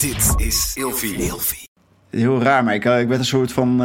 Dit is Ilfie. Heel raar, maar ik werd een soort van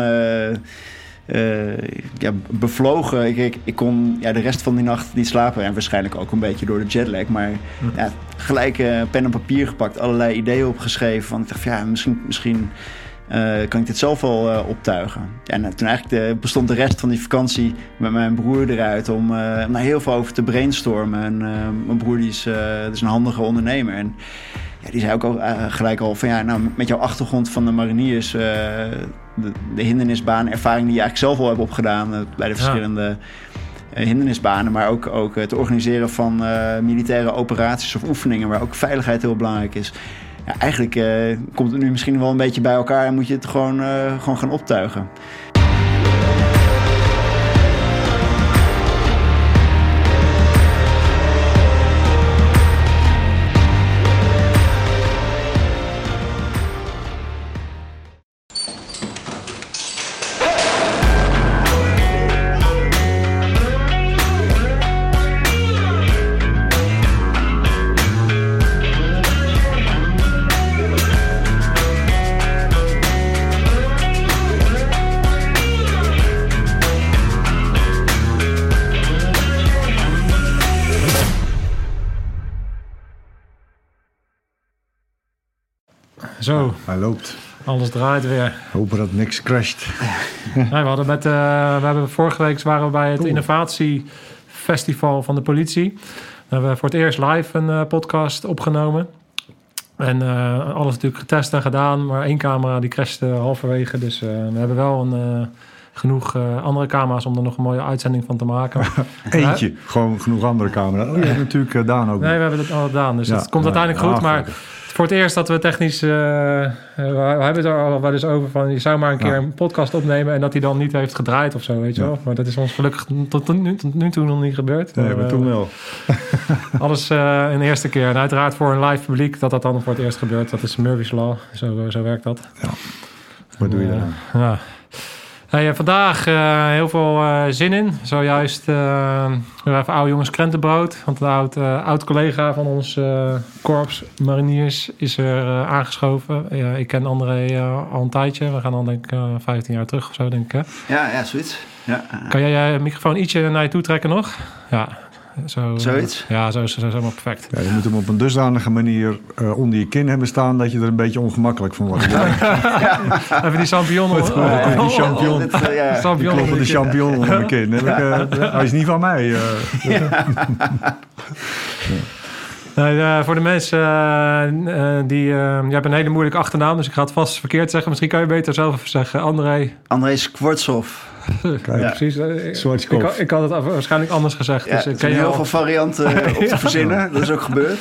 bevlogen. Ik kon de rest van die nacht niet slapen. En waarschijnlijk ook een beetje door de jetlag. Maar gelijk pen en papier gepakt. Allerlei ideeën opgeschreven. Want ik dacht misschien kan ik dit zelf wel optuigen. En toen eigenlijk bestond de rest van die vakantie met mijn broer eruit om daar heel veel over te brainstormen. En mijn broer die is een handige ondernemer. En die zei ook al, gelijk al van met jouw achtergrond van de mariniers, de hindernisbaan, ervaring die je eigenlijk zelf al hebt opgedaan bij de verschillende hindernisbanen, maar ook het organiseren van militaire operaties of oefeningen, waar ook veiligheid heel belangrijk is. Ja, eigenlijk komt het nu misschien wel een beetje bij elkaar en moet je het gewoon gaan optuigen. Zo. Hij loopt. Alles draait weer. Hopen dat niks crasht. We hebben vorige week waren we bij het innovatiefestival van de politie. We hebben voor het eerst live een podcast opgenomen. En alles natuurlijk getest en gedaan. Maar 1 camera die crashte halverwege. Dus we hebben wel genoeg andere camera's om er nog een mooie uitzending van te maken. Eentje. Gewoon genoeg andere camera's. Oh, je hebt natuurlijk Daan ook. Nee, we hebben het al gedaan. Dus het komt uiteindelijk goed. Maar voor het eerst dat we technisch... we hebben het er al wel eens over van... je zou maar een keer een podcast opnemen... en dat hij dan niet heeft gedraaid of zo, weet je wel. Maar dat is ons gelukkig tot nu toe nog niet gebeurd. Nee, maar toen wel. Alles in de eerste keer. En uiteraard voor een live publiek dat dan voor het eerst gebeurt. Dat is Murphy's Law. Zo werkt dat. Ja. Wat doe je dan? Ja. Hey, vandaag heel veel zin in. Zojuist weer even oude jongens krentenbrood. Want een oud collega van ons korps mariniers is er aangeschoven. Ik ken André al een tijdje. We gaan dan denk ik 15 jaar terug of zo, denk ik. Hè? Ja, zoiets. Ja. Kan jij je microfoon ietsje naar je toe trekken nog? Ja. Zoiets? Ja, zo is het helemaal perfect. Ja, je moet hem op een dusdanige manier onder je kin hebben staan... dat je er een beetje ongemakkelijk van wordt. Even die champignon. Die champignon. Die kloppen de champignon onder mijn kin. Hij is niet van mij. Nee, voor de mensen je hebt een hele moeilijke achternaam... dus ik ga het vast verkeerd zeggen. Misschien kan je beter zelf even zeggen. André Skvortsov. Kijk, ja, precies. Ik had het waarschijkelijk anders gezegd. Ja, dus er zijn heel veel varianten op te verzinnen. Dat is ook gebeurd.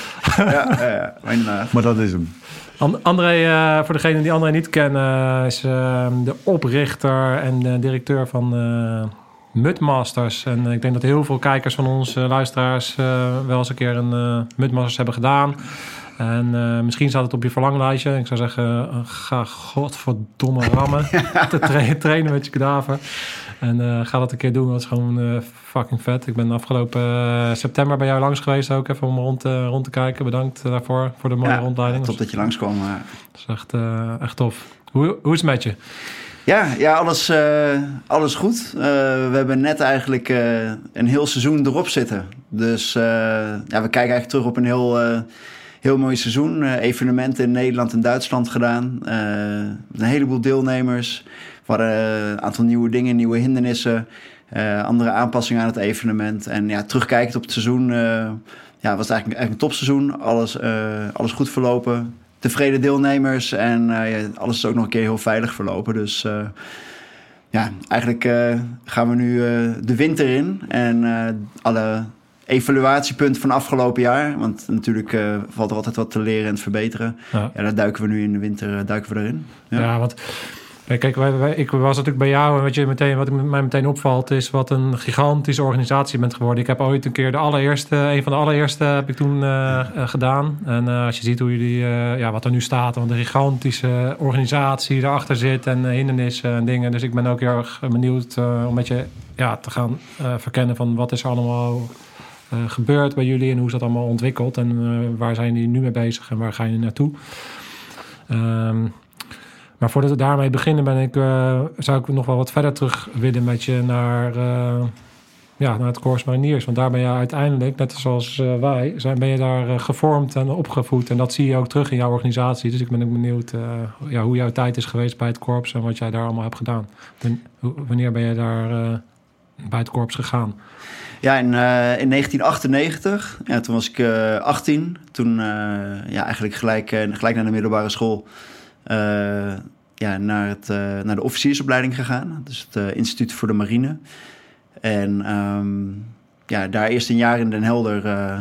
Maar dat is hem. André, voor degenen die André niet kennen... is de oprichter en directeur van Mudmasters. En ik denk dat heel veel kijkers van ons, luisteraars... wel eens een keer een Mudmasters hebben gedaan... En misschien staat het op je verlanglijstje. Ik zou zeggen, ga godverdomme rammen. Trainen met je kadaver. En ga dat een keer doen. Dat is gewoon fucking vet. Ik ben afgelopen september bij jou langs geweest ook. Even om rond te kijken. Bedankt daarvoor. Voor de mooie rondleiding. Top dat je langskwam. Dat is echt tof. Hoe is het met je? Ja, alles goed. We hebben net eigenlijk een heel seizoen erop zitten. Dus we kijken eigenlijk terug op een heel mooi seizoen. Evenementen in Nederland en Duitsland gedaan. Een heleboel deelnemers. We hadden een aantal nieuwe dingen, nieuwe hindernissen. Andere aanpassingen aan het evenement. En terugkijkend op het seizoen... was het eigenlijk een topseizoen. Alles goed verlopen. Tevreden deelnemers. En alles is ook nog een keer heel veilig verlopen. Dus eigenlijk gaan we nu de winter in. En alle... evaluatiepunt van afgelopen jaar. Want natuurlijk valt er altijd wat te leren en te verbeteren. Ja, daar duiken we nu in de winter erin. Ja, want kijk, ik was natuurlijk bij jou... en wat mij meteen opvalt... is wat een gigantische organisatie je bent geworden. Ik heb ooit een keer een van de allereerste heb ik toen gedaan. En als je ziet hoe jullie... wat er nu staat... want een gigantische organisatie erachter zit... en hindernissen en dingen. Dus ik ben ook heel erg benieuwd... om met je te gaan verkennen... van wat is er allemaal... gebeurd bij jullie en hoe is dat allemaal ontwikkeld en waar zijn jullie nu mee bezig en waar gaan jullie naartoe? Maar voordat we daarmee beginnen zou ik nog wel wat verder terug willen met je naar het Korps Mariniers. Want daar ben je uiteindelijk, net zoals wij, ben je daar gevormd en opgevoed. En dat zie je ook terug in jouw organisatie. Dus ik ben ook benieuwd hoe jouw tijd is geweest bij het korps en wat jij daar allemaal hebt gedaan. Wanneer ben je daar bij het korps gegaan? Ja, in 1998, toen was ik 18. Toen eigenlijk gelijk naar de middelbare school naar de officiersopleiding gegaan. Dus het Instituut voor de Marine. En daar eerst een jaar in Den Helder.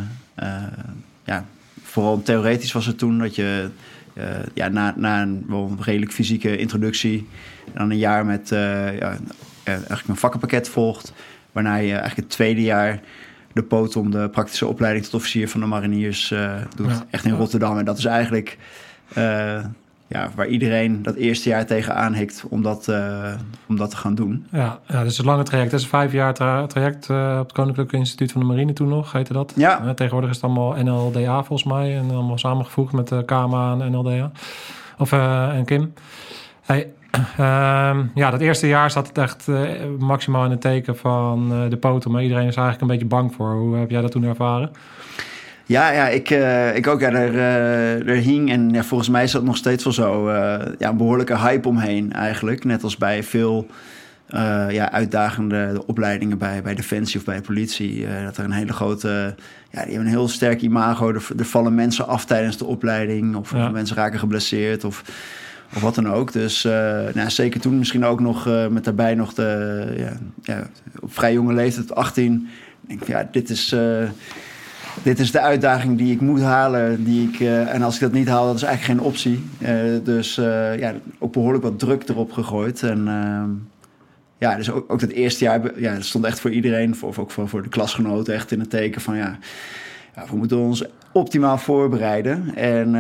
Vooral theoretisch was het toen dat je na een wel redelijk fysieke introductie en dan een jaar met eigenlijk een vakkenpakket volgt. Waarna je eigenlijk het tweede jaar de poot om de praktische opleiding tot officier van de mariniers doet. Ja. Echt in Rotterdam. En dat is eigenlijk waar iedereen dat eerste jaar tegenaan hikt om dat te gaan doen. Ja, dat is een lange traject. Dat is een 5 jaar traject op het Koninklijke Instituut van de Marine toen nog, heette dat. Ja. Tegenwoordig is het allemaal NLDA volgens mij. En allemaal samengevoegd met de KMA en NLDA. En Kim. Hey, dat eerste jaar zat het echt maximaal in het teken van de poten. Maar iedereen is eigenlijk een beetje bang voor. Hoe heb jij dat toen ervaren? Ja, ik ook. Ja, er hing, en volgens mij is dat nog steeds wel zo, een behoorlijke hype omheen eigenlijk. Net als bij veel uitdagende opleidingen bij Defensie of bij politie. Dat er een hele grote... die hebben een heel sterk imago. Er vallen mensen af tijdens de opleiding. Of mensen raken geblesseerd of wat dan ook. Dus zeker toen misschien ook nog met daarbij nog op vrij jonge leeftijd, 18. Denk ik, dit is de uitdaging die ik moet halen. En als ik dat niet haal, dat is eigenlijk geen optie. Dus ook behoorlijk wat druk erop gegooid. En dus ook dat eerste jaar, dat stond echt voor iedereen, ook voor de klasgenoten, echt in het teken van we moeten ons optimaal voorbereiden. En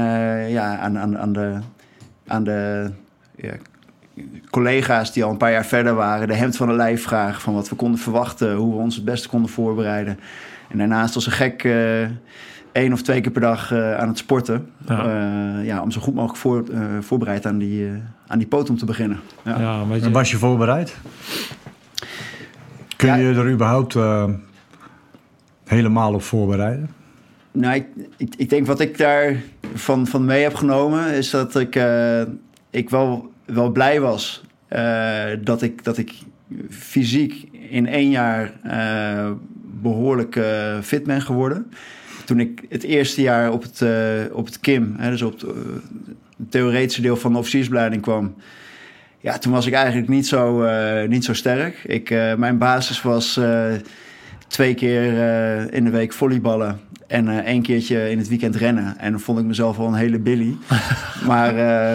aan de collega's die al een paar jaar verder waren, de hemd van de lijf vragen van wat we konden verwachten, hoe we ons het beste konden voorbereiden. En daarnaast als een gek 1 of 2 keer per dag aan het sporten. Om zo goed mogelijk voorbereid aan die poot om te beginnen. Ja. En was je voorbereid? Kun je er überhaupt helemaal op voorbereiden? Nou, ik denk wat ik daar van mee heb genomen is dat ik wel blij was dat ik fysiek in 1 jaar behoorlijk fit ben geworden. Toen ik het eerste jaar op het KIM, dus op het theoretische deel van de officiersopleiding kwam, toen was ik eigenlijk niet zo sterk. Mijn basis was 2 keer in de week volleyballen en 1 keertje in het weekend rennen. En dan vond ik mezelf wel een hele billy. Maar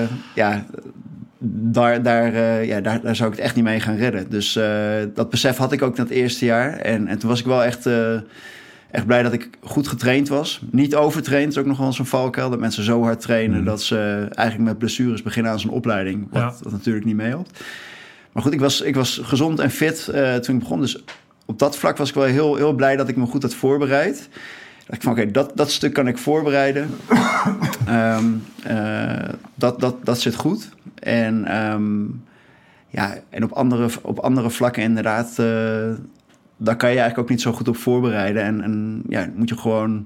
daar zou ik het echt niet mee gaan redden. Dus dat besef had ik ook in het eerste jaar. En toen was ik wel echt blij dat ik goed getraind was. Niet overtraind, is ook nog wel eens een valkuil. Dat mensen zo hard trainen dat ze eigenlijk met blessures beginnen aan zo'n opleiding. Wat natuurlijk niet meehelpt. Maar goed, ik was gezond en fit toen ik begon. Dus op dat vlak was ik wel heel, heel blij dat ik me goed had voorbereid. Ik van oké, dat stuk kan ik voorbereiden. Dat zit goed. En op andere vlakken inderdaad, daar kan je eigenlijk ook niet zo goed op voorbereiden. En moet je gewoon,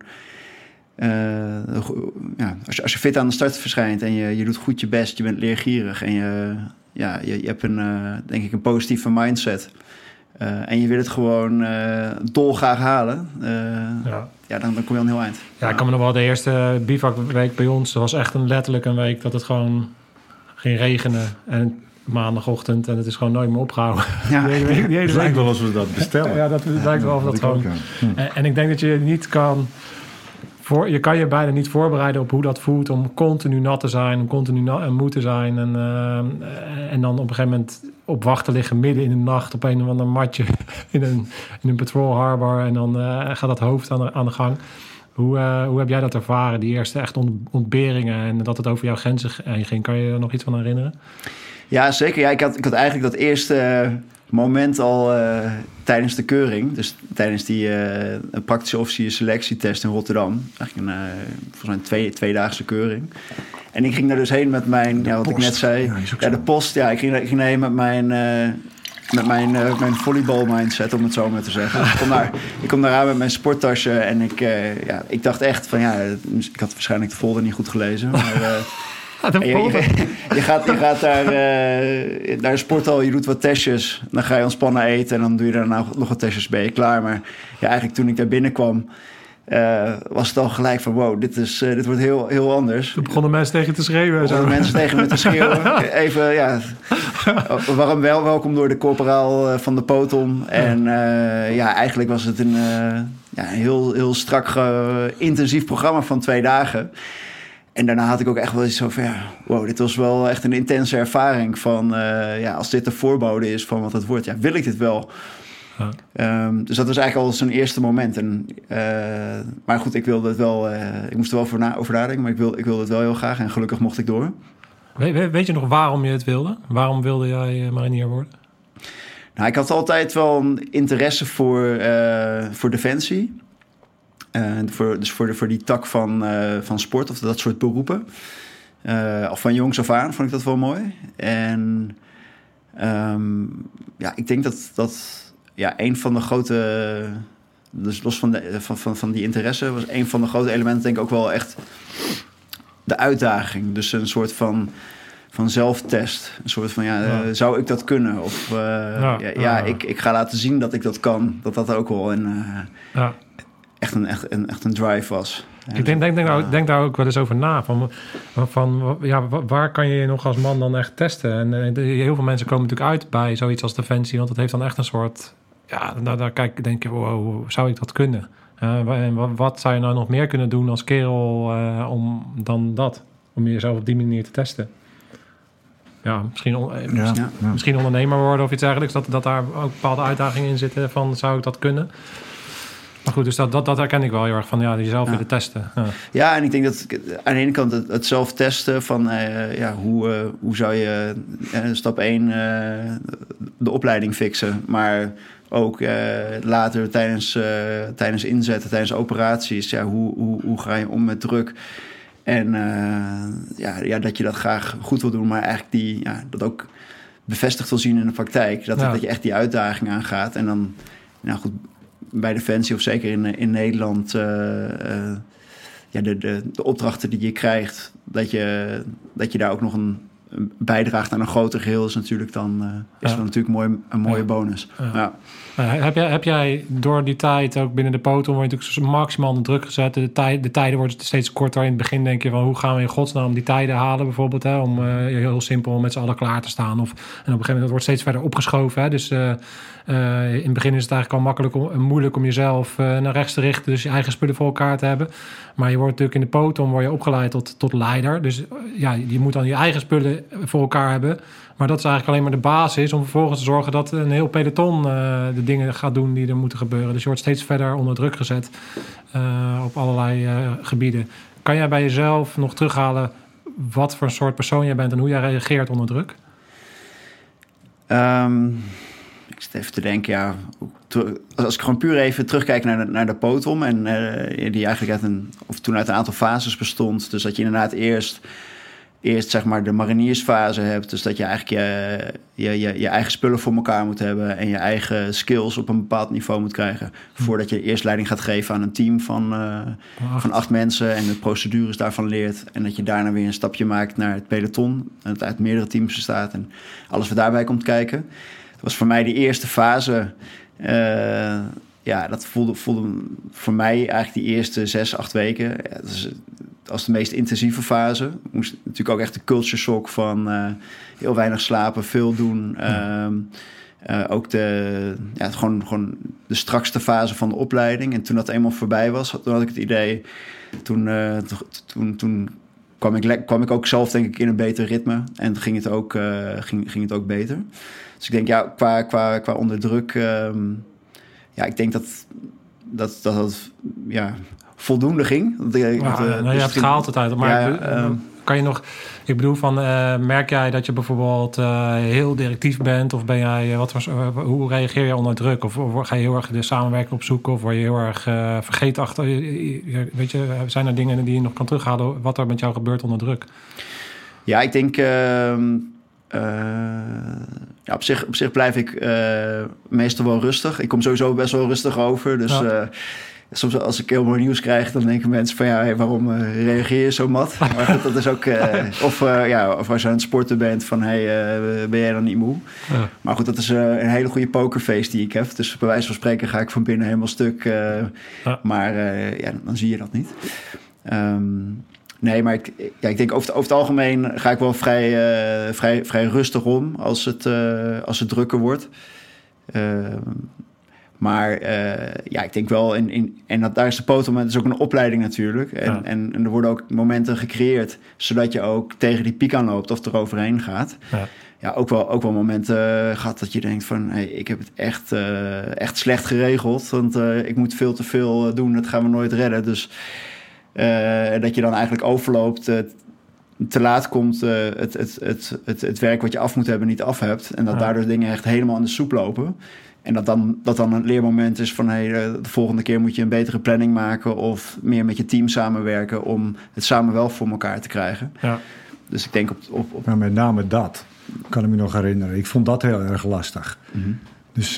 als je fit aan de start verschijnt en je doet goed je best, je bent leergierig en je hebt denk ik een positieve mindset. En je wil het gewoon dolgraag halen. Dan kom je al een heel eind. Ja, ik kan me nog wel de eerste bivakweek bij ons. Dat was echt letterlijk een week dat het gewoon ging regenen. En maandagochtend en het is gewoon nooit meer opgehouden. Ja, het lijkt wel als we dat bestellen. Ja, dat lijkt wel of dat gewoon. En ik denk dat je niet kan. Je kan je bijna niet voorbereiden op hoe dat voelt om continu nat te zijn, om continu moe te zijn. En dan op een gegeven moment op wachten liggen midden in de nacht op een of ander matje in een patrol harbor. En dan gaat dat hoofd aan de gang. Hoe heb jij dat ervaren, die eerste echt ontberingen en dat het over jouw grenzen heen ging? Kan je er nog iets van herinneren? Ja, zeker. Ja, ik had eigenlijk dat eerste moment al tijdens de keuring. Dus tijdens die praktische officier selectietest in Rotterdam. Eigenlijk volgens mij een tweedaagse keuring. En ik ging daar dus heen met mijn, wat ik net zei, de post. Ja, ik ging heen met mijn volleybal mindset, om het zo maar te zeggen. Ik kom daar aan met mijn sporttasje en ik dacht echt van ik had waarschijnlijk de folder niet goed gelezen, maar... Je gaat daar naar de sporthal, je doet wat testjes, dan ga je ontspannen eten en dan doe je daarna nog wat testjes, ben je klaar. Maar eigenlijk toen ik daar binnenkwam, was het al gelijk van wow, dit wordt heel, heel anders. Toen begonnen mensen tegen je te schreeuwen. Begonnen mensen tegen me te schreeuwen. Even, warm welkom door de corporaal van de Potom. En eigenlijk was het een heel, heel strak intensief programma van 2 dagen. En daarna had ik ook echt wel iets van wow, dit was wel echt een intense ervaring van als dit de voorbode is van wat het wordt, wil ik dit wel? Dus dat was eigenlijk al zo'n eerste moment. Maar goed, ik wilde het wel. Ik moest er wel over nadenken, maar ik wilde het wel heel graag en gelukkig mocht ik door. Weet je nog waarom je het wilde? Waarom wilde jij marinier worden? Nou, ik had altijd wel een interesse voor defensie. Voor die tak van sport of dat soort beroepen. Of van jongs af aan vond ik dat wel mooi. En ik denk dat een van de grote... Dus los van die interesse was een van de grote elementen denk ik ook wel echt de uitdaging. Dus een soort van zelftest. Een soort van, zou ik dat kunnen? Of ik ga laten zien dat ik dat kan. Dat ook wel echt een drive was. Ik denk daar ook wel eens over na. Waar kan je nog als man dan echt testen? En heel veel mensen komen natuurlijk uit bij zoiets als defensie. Want het heeft dan echt een soort... daar denk je, wow, zou ik dat kunnen? En wat zou je nou nog meer kunnen doen als kerel om jezelf op die manier te testen? Ja, misschien ondernemer worden of iets dergelijks. Dat daar ook bepaalde uitdagingen in zitten van, zou ik dat kunnen? Maar goed, dus dat herken ik wel heel erg van jezelf willen testen. Ja, en ik denk dat aan de ene kant het zelf testen van hoe zou je stap 1 de opleiding fixen, maar ook later tijdens inzetten, tijdens operaties, hoe ga je om met druk? En dat je dat graag goed wil doen, maar eigenlijk dat ook bevestigd wil zien in de praktijk. Dat je echt die uitdaging aangaat. En dan, goed, bij Defensie of zeker in Nederland... de opdrachten die je krijgt... dat je daar ook nog een bijdraagt aan een groter geheel... is natuurlijk dan dat natuurlijk een mooie bonus. Ja. Heb jij door die tijd ook binnen de Potom... word je natuurlijk maximaal onder druk gezet. De tijden worden steeds korter. In het begin denk je van... hoe gaan we in godsnaam die tijden halen bijvoorbeeld... Hè, om heel simpel met z'n allen klaar te staan. En op een gegeven moment dat wordt steeds verder opgeschoven. Hè, dus in het begin is het eigenlijk al moeilijk om jezelf naar rechts te richten... dus je eigen spullen voor elkaar te hebben. Maar je wordt natuurlijk in de Potom word je opgeleid tot leider. Dus je moet dan je eigen spullen voor elkaar hebben... Maar dat is eigenlijk alleen maar de basis om vervolgens te zorgen dat een heel peloton de dingen gaat doen die er moeten gebeuren. Dus je wordt steeds verder onder druk gezet op allerlei gebieden. Kan jij bij jezelf nog terughalen wat voor een soort persoon jij bent en hoe jij reageert onder druk? Ik zit even te denken, als ik gewoon puur even terugkijk naar de Potom en die eigenlijk toen uit een aantal fases bestond. Dus dat je inderdaad eerst zeg maar de mariniersfase hebt. Dus dat je eigenlijk je eigen spullen voor elkaar moet hebben... en je eigen skills op een bepaald niveau moet krijgen... voordat je eerst leiding gaat geven aan een team van 8 mensen... en de procedures daarvan leert. En dat je daarna weer een stapje maakt naar het peloton... en het uit meerdere teams bestaat en alles wat daarbij komt kijken. Dat was voor mij die eerste fase... dat voelde voor mij eigenlijk die eerste 6-8 weken... als de meest intensieve fase. Moest natuurlijk ook echt de culture shock van heel weinig slapen, veel doen. Ook gewoon de strakste fase van de opleiding. En toen dat eenmaal voorbij was, toen had ik het idee... Toen kwam ik ook zelf denk ik in een beter ritme. En ging het ook beter. Dus ik denk qua onder druk... ik denk dat voldoende ging. Je hebt gehaald het uit. Maar kan je nog... Ik bedoel, merk jij dat je bijvoorbeeld heel directief bent? Of ben jij... hoe reageer je onder druk? Of ga je heel erg de samenwerking opzoeken? Of word je heel erg vergeetachtig? Weet je, zijn er dingen die je nog kan terughalen... wat er met jou gebeurt onder druk? Ja, ik denk... op zich blijf ik meestal wel rustig. Ik kom sowieso best wel rustig over. Dus soms als ik heel mooi nieuws krijg... dan denken mensen van waarom reageer je zo mat? Maar goed, dat is ook... of als je aan het sporten bent van... ben jij dan niet moe? Ja. Maar goed, dat is een hele goede pokerface die ik heb. Dus bij wijze van spreken ga ik van binnen helemaal stuk. Maar dan zie je dat niet. Nee, maar ik denk over het algemeen ga ik wel vrij rustig om als het drukker wordt. Maar ik denk wel, daar is de Potom, het is ook een opleiding natuurlijk. En er worden ook momenten gecreëerd, zodat je ook tegen die piek aanloopt of er overheen gaat. Ja, ook wel momenten gehad dat je denkt van... ik heb het echt slecht geregeld, want ik moet veel te veel doen, dat gaan we nooit redden. Dus... dat je dan eigenlijk overloopt, te laat komt, het werk wat je af moet hebben niet af hebt. En dat daardoor dingen echt helemaal in de soep lopen. En dat dan een leermoment is van... de volgende keer moet je een betere planning maken... of meer met je team samenwerken... om het samen wel voor elkaar te krijgen. Ja. Dus ik denk op... Maar met name dat, kan ik me nog herinneren. Ik vond dat heel erg lastig. Mm-hmm. Dus...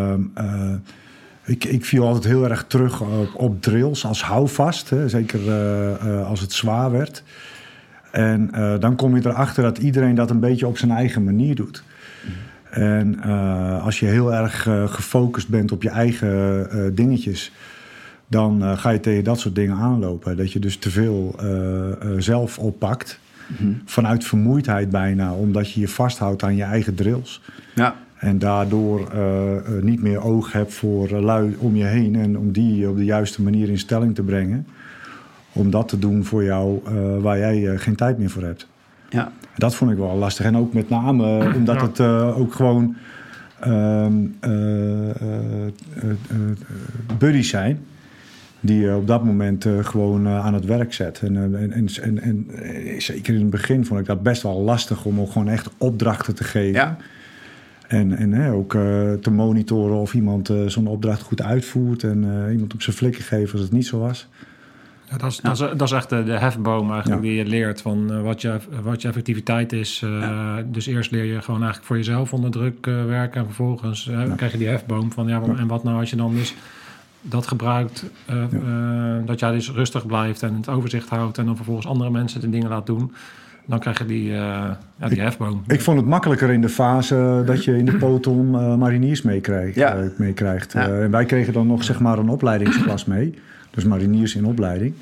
Ik viel altijd heel erg terug op drills als houvast. Hè, zeker als het zwaar werd. En dan kom je erachter dat iedereen dat een beetje op zijn eigen manier doet. En als je heel erg gefocust bent op je eigen dingetjes... dan ga je tegen dat soort dingen aanlopen. Dat je dus te veel zelf oppakt. Mm-hmm. Vanuit vermoeidheid bijna. Omdat je je vasthoudt aan je eigen drills. Ja. En daardoor niet meer oog hebt voor lui om je heen... en om die op de juiste manier in stelling te brengen. Om dat te doen voor jou waar jij geen tijd meer voor hebt. Ja. Dat vond ik wel lastig. En ook met name omdat het ook gewoon buddies zijn... die je op dat moment gewoon aan het werk zet. En zeker in het begin vond ik dat best wel lastig... om ook gewoon echt opdrachten te geven... Ja. En ook te monitoren of iemand zo'n opdracht goed uitvoert... en iemand op zijn flikken geven als het niet zo was. Ja, dat is echt de hefboom eigenlijk die je leert... van wat je effectiviteit is. Dus eerst leer je gewoon eigenlijk voor jezelf onder druk werken... en vervolgens krijg je die hefboom van... en wat nou als je dan dus dat gebruikt... dat jij dus rustig blijft en het overzicht houdt... en dan vervolgens andere mensen de dingen laat doen... Dan krijg je die hefboom. Ik vond het makkelijker in de fase dat je in de Potom mariniers meekrijgt. Ja. En wij kregen dan nog zeg maar een opleidingsklas mee. Dus mariniers in opleiding.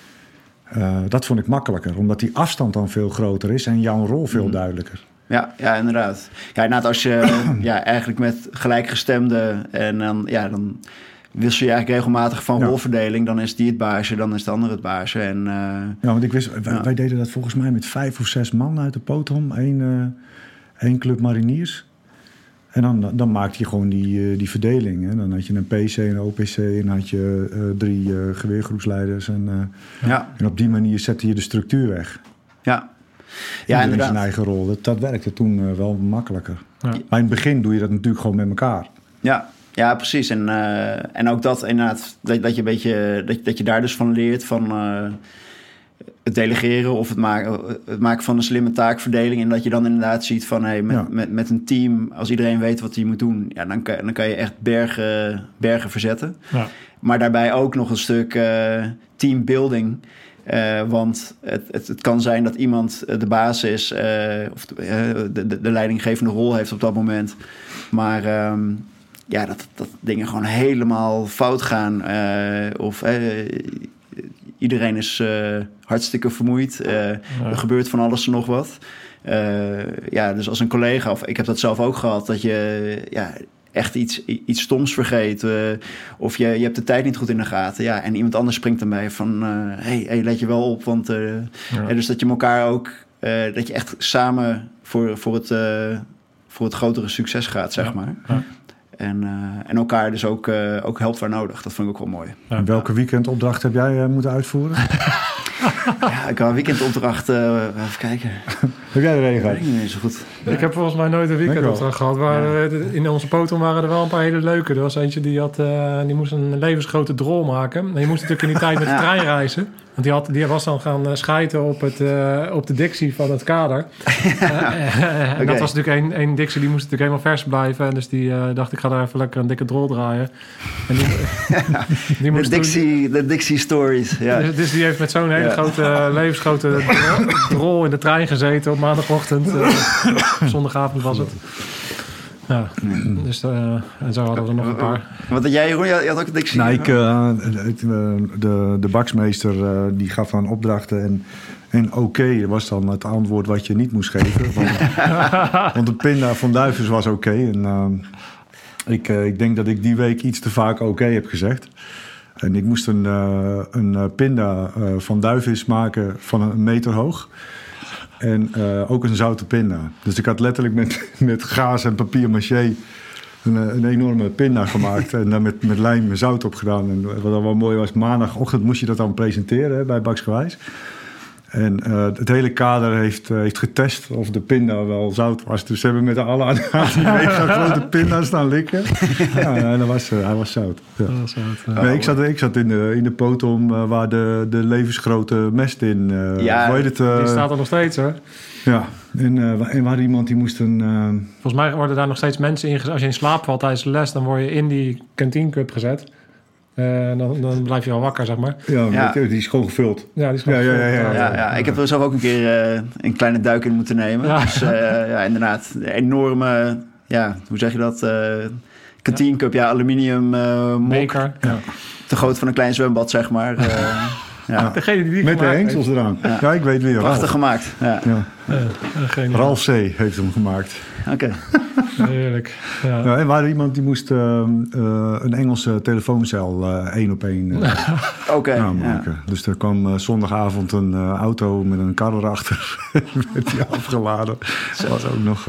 Dat vond ik makkelijker. Omdat die afstand dan veel groter is en jouw rol veel duidelijker. Ja, inderdaad. Ja, inderdaad als je eigenlijk met gelijkgestemden... en dan wissel je eigenlijk regelmatig van rolverdeling. Dan is die het baasje, dan is de ander het baasje. En, want ik wist, wij deden dat volgens mij met 5 of 6 man uit de Potom. 1 club mariniers. En dan maakte je gewoon die verdeling. Hè. Dan had je een PC, een OPC en had je 3 geweergroepsleiders. En op die manier zette je de structuur weg. Ja, inderdaad. Zijn eigen rol. Dat werkte toen wel makkelijker. Ja. Maar in het begin doe je dat natuurlijk gewoon met elkaar. Ja, precies. En ook dat inderdaad, dat je een beetje dat je daar dus van leert van het delegeren of het maken van een slimme taakverdeling. En dat je dan inderdaad ziet van met een team, als iedereen weet wat hij moet doen, dan kan je echt bergen verzetten. Ja. Maar daarbij ook nog een stuk teambuilding. Want het kan zijn dat iemand de baas is of de leidinggevende rol heeft op dat moment. Maar dat dingen gewoon helemaal fout gaan. Iedereen is hartstikke vermoeid. Er gebeurt van alles en nog wat. Dus als een collega, of ik heb dat zelf ook gehad, dat je echt iets stoms vergeet. Of je hebt de tijd niet goed in de gaten. En iemand anders springt erbij van... hey, let je wel op. Want, dus dat je elkaar ook... dat je echt samen voor het grotere succes gaat, zeg maar. Ja. En elkaar dus ook helpt waar nodig. Dat vond ik ook wel mooi. En welke weekendopdracht heb jij moeten uitvoeren? Ja, ik had een weekendopdracht. Even kijken. Heb jij er een gehad? Ik weet niet zo goed. Ik heb volgens mij nooit een weekendopdracht gehad. Maar in onze potom waren er wel een paar hele leuke. Er was eentje die moest een levensgrote drol maken. En die moest natuurlijk in die tijd met de trein reizen. Want die was dan gaan schijten op de dictie van het kader. En dat was natuurlijk één dictie, die moest natuurlijk helemaal vers blijven. En dus die dacht, ik ga daar even lekker een dikke drol draaien. En die moest de Dixie Stories. Ja. Dus die heeft met zo'n hele grote, levensgrote drol in de trein gezeten op maandagochtend. Zondagavond was het. Ja, dus en zo hadden we er nog een paar. Wat had jij, Jeroen? Je had ook een Dixie? Nou, de baksmeester die gaf aan opdrachten en oké was dan het antwoord wat je niet moest geven. Want de pinda van Duivens was oké. En ik denk dat ik die week iets te vaak oké heb gezegd. En ik moest een pinda van Duivens maken van een meter hoog. En ook een zoute pinda. Dus ik had letterlijk met gaas en papier-maché een enorme pinda gemaakt. En daar met lijm zout op gedaan. En wat dan wel mooi was, maandagochtend moest je dat dan presenteren hè, bij Baksgewijs. En het hele kader heeft getest of de pinda wel zout was. Dus ze hebben met alle aan die mega grote pinda staan likken. Ja, en hij was zout. Ja. Nee, ik zat in de potom waar de levensgrote mest in... die staat er nog steeds, hoor. Ja, en waar iemand die moest een... Volgens mij worden daar nog steeds mensen in... Als je in slaap valt tijdens de les, dan word je in die cantinecup gezet. Dan blijf je al wakker, zeg maar. Ja. Die is gewoon gevuld. Ja, die is gewoon gevuld. Ja, ik heb er zelf ook een keer een kleine duik in moeten nemen. Ja. Dus inderdaad, een enorme... hoe zeg je dat? Cantinecup, aluminium beker. Ja. Te groot van een klein zwembad, zeg maar. Degene die met de hengsels eraan. Ja, ik weet weer. Prachtig gemaakt. Ja. Ralf C. heeft hem gemaakt. Oké. Heerlijk. Ja. En waar iemand die moest een Engelse telefooncel 1 op 1 aanmaken. Ja. Dus er kwam zondagavond een auto met een kar erachter. Werd die afgeladen. Dat was ook nog...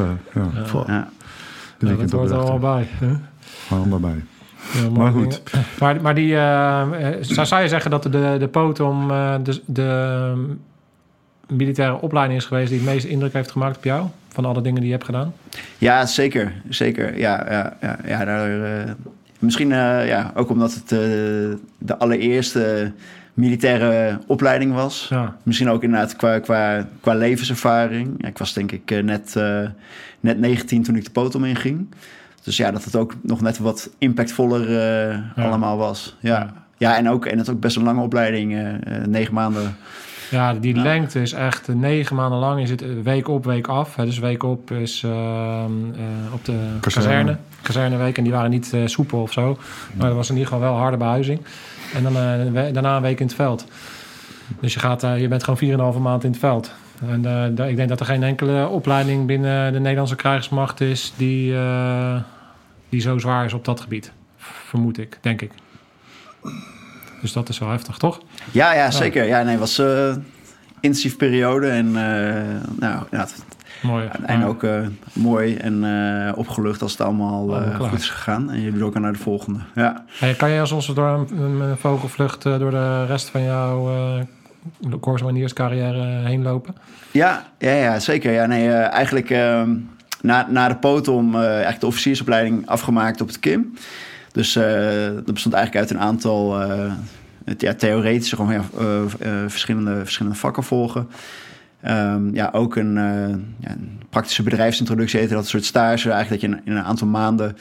dat hoort er allemaal bij. Allemaal bij. Ja, maar goed. Maar die... zou je zeggen dat de potom de militaire opleiding is geweest die het meeste indruk heeft gemaakt op jou? Van alle dingen die je hebt gedaan? Ja, zeker. Ja, misschien ook omdat het de allereerste militaire opleiding was. Ja. Misschien ook inderdaad qua levenservaring. Ja, ik was denk ik net 19 toen ik de potom inging. Dus dat het ook nog net wat impactvoller allemaal was. Ja, en het ook best een lange opleiding, 9 maanden. Ja, die lengte is echt 9 maanden lang. Je zit week op, week af. Dus week op is op de kazerneweek. En die waren niet soepel of zo. Maar er was in ieder geval wel harde behuizing. En dan daarna een week in het veld. Dus je bent gewoon 4,5 maand in het veld. En ik denk dat er geen enkele opleiding binnen de Nederlandse krijgsmacht is die zo zwaar is op dat gebied. Vermoed ik, denk ik. Dus dat is wel heftig, toch? Ja, zeker. Ja, nee, het was een intensieve periode. En mooi. En ook mooi en opgelucht als het allemaal goed is gegaan. En jullie doorgaan naar de volgende. Ja. Hey, kan je als ons door een vogelvlucht door de rest van jouw koersmanierscarrière heen lopen? Ja, zeker. Ja, nee, eigenlijk na de potom eigenlijk de officiersopleiding afgemaakt op het KIM. Dus dat bestond eigenlijk uit een aantal theoretische, gewoon verschillende vakken volgen. Ook een praktische bedrijfsintroductie heette dat, een soort stage. Eigenlijk dat je in een aantal maanden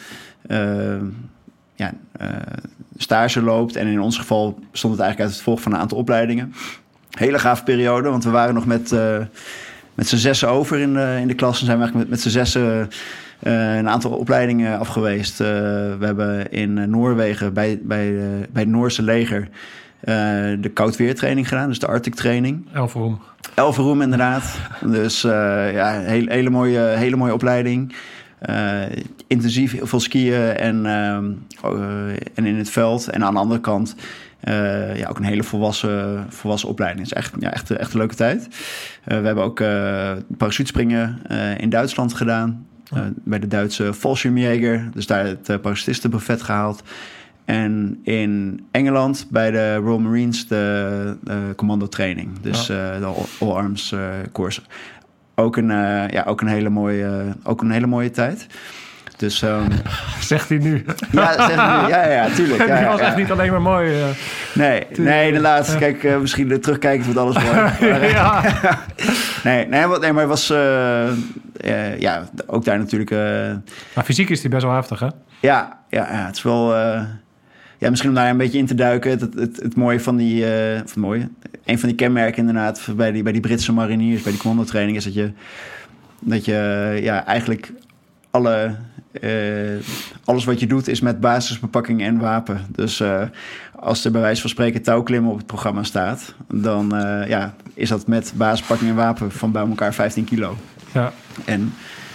stage loopt. En in ons geval bestond het eigenlijk uit het volgen van een aantal opleidingen. Hele gave periode, want we waren nog met z'n zessen over in de klas. En zijn we eigenlijk met z'n zessen een aantal opleidingen afgeweest. We hebben in Noorwegen bij het Noorse leger de koudweertraining gedaan. Dus de Arctic training. Elverum inderdaad. Dus hele mooie opleiding. Intensief, heel veel skiën en in het veld. En aan de andere kant ook een hele volwassen opleiding. Het is echt een leuke tijd. We hebben ook parachutespringen in Duitsland gedaan. Bij de Duitse Fallschirmjäger. Dus daar het parachutistenbuffet gehaald. En in Engeland bij de Royal Marines de commando training. Dus de All Arms course. Ook een hele mooie tijd. Dus, zegt hij nu. Ja, zegt hij nu. Ja, tuurlijk. Die was echt niet alleen maar mooi. Nee, inderdaad. Kijk, misschien terugkijkend wordt alles mooi. Maar het was... ook daar natuurlijk... Maar fysiek is die best wel heftig, hè? Ja, het is wel... misschien om daar een beetje in te duiken. Het mooie van die... een van die kenmerken inderdaad... bij die Britse mariniers, bij die commandotraining... is dat je eigenlijk... alles wat je doet is met basisbepakking en wapen. Dus als er bij wijze van spreken touwklimmen op het programma staat... dan is dat met basispakking en wapen van bij elkaar 15 kilo. Ja. En...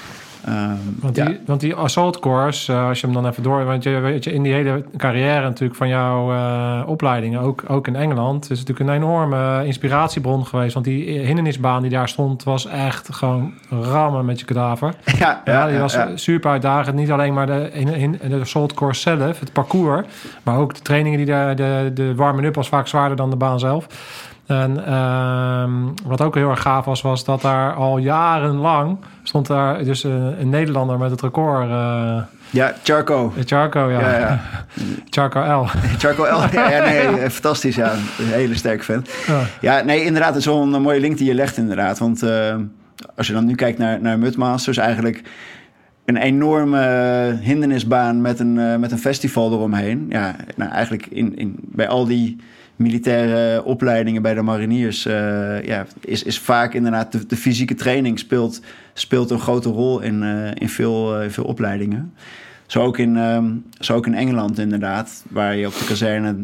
Want die assault course, als je hem dan even door... Want je weet in die hele carrière natuurlijk van jouw opleidingen... ook in Engeland, is natuurlijk een enorme inspiratiebron geweest. Want die hindernisbaan die daar stond... was echt gewoon rammen met je kadaver. Die was super uitdagend. Niet alleen maar de assault course zelf, het parcours... maar ook de trainingen die de warming-up was vaak zwaarder dan de baan zelf... En wat ook heel erg gaaf was dat daar al jarenlang stond daar dus een Nederlander met het record. Charco. Charco, ja. Charco L. Charco L, fantastisch, ja. Een hele sterke fan. Ja, nee, inderdaad, het is wel een mooie link die je legt, inderdaad. Want als je dan nu kijkt naar Mudmasters, eigenlijk een enorme hindernisbaan met een festival eromheen. Ja, nou, eigenlijk bij al die militaire opleidingen bij de mariniers is vaak inderdaad de fysieke training speelt een grote rol in veel opleidingen. Zo ook in Engeland inderdaad, waar je op de kazerne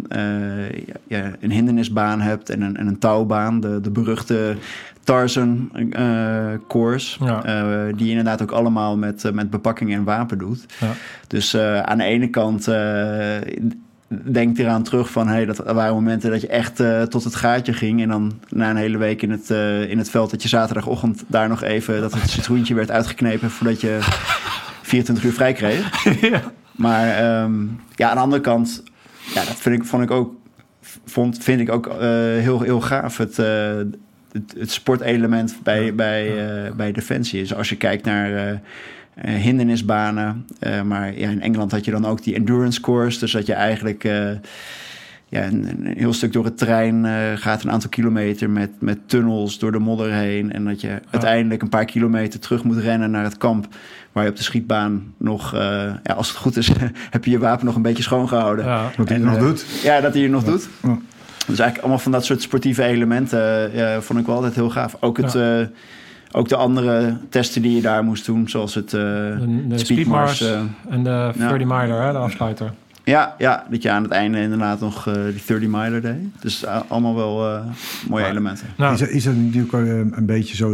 een hindernisbaan hebt en een touwbaan, de beruchte Tarzan course, die je inderdaad ook allemaal met bepakking en wapen doet. Ja. Dus aan de ene kant denk eraan terug van dat waren momenten dat je echt tot het gaatje ging en dan na een hele week in het veld dat je zaterdagochtend daar nog even dat het citroentje werd uitgeknepen voordat je 24 uur vrij kreeg. Ja. Maar aan de andere kant, dat vind ik ook heel, heel gaaf. Het sportelement bij Defensie. Dus als je kijkt naar hindernisbanen. Maar in Engeland had je dan ook die endurance course. Dus dat je eigenlijk een heel stuk door het terrein gaat, een aantal kilometer met tunnels door de modder heen. En dat je uiteindelijk een paar kilometer terug moet rennen naar het kamp. Waar je op de schietbaan nog, als het goed is, heb je je wapen nog een beetje schoongehouden. Ja, dat hij nog doet. Ja, dat hij je nog doet. Ja. Dus eigenlijk allemaal van dat soort sportieve elementen vond ik wel altijd heel gaaf. Ook de andere testen die je daar moest doen, zoals de Speedmars en de 30 miler, de afsluiter. Ja, dat je aan het einde inderdaad nog die 30 miler deed. Dus allemaal wel mooie elementen. Nou. Is het natuurlijk een beetje zo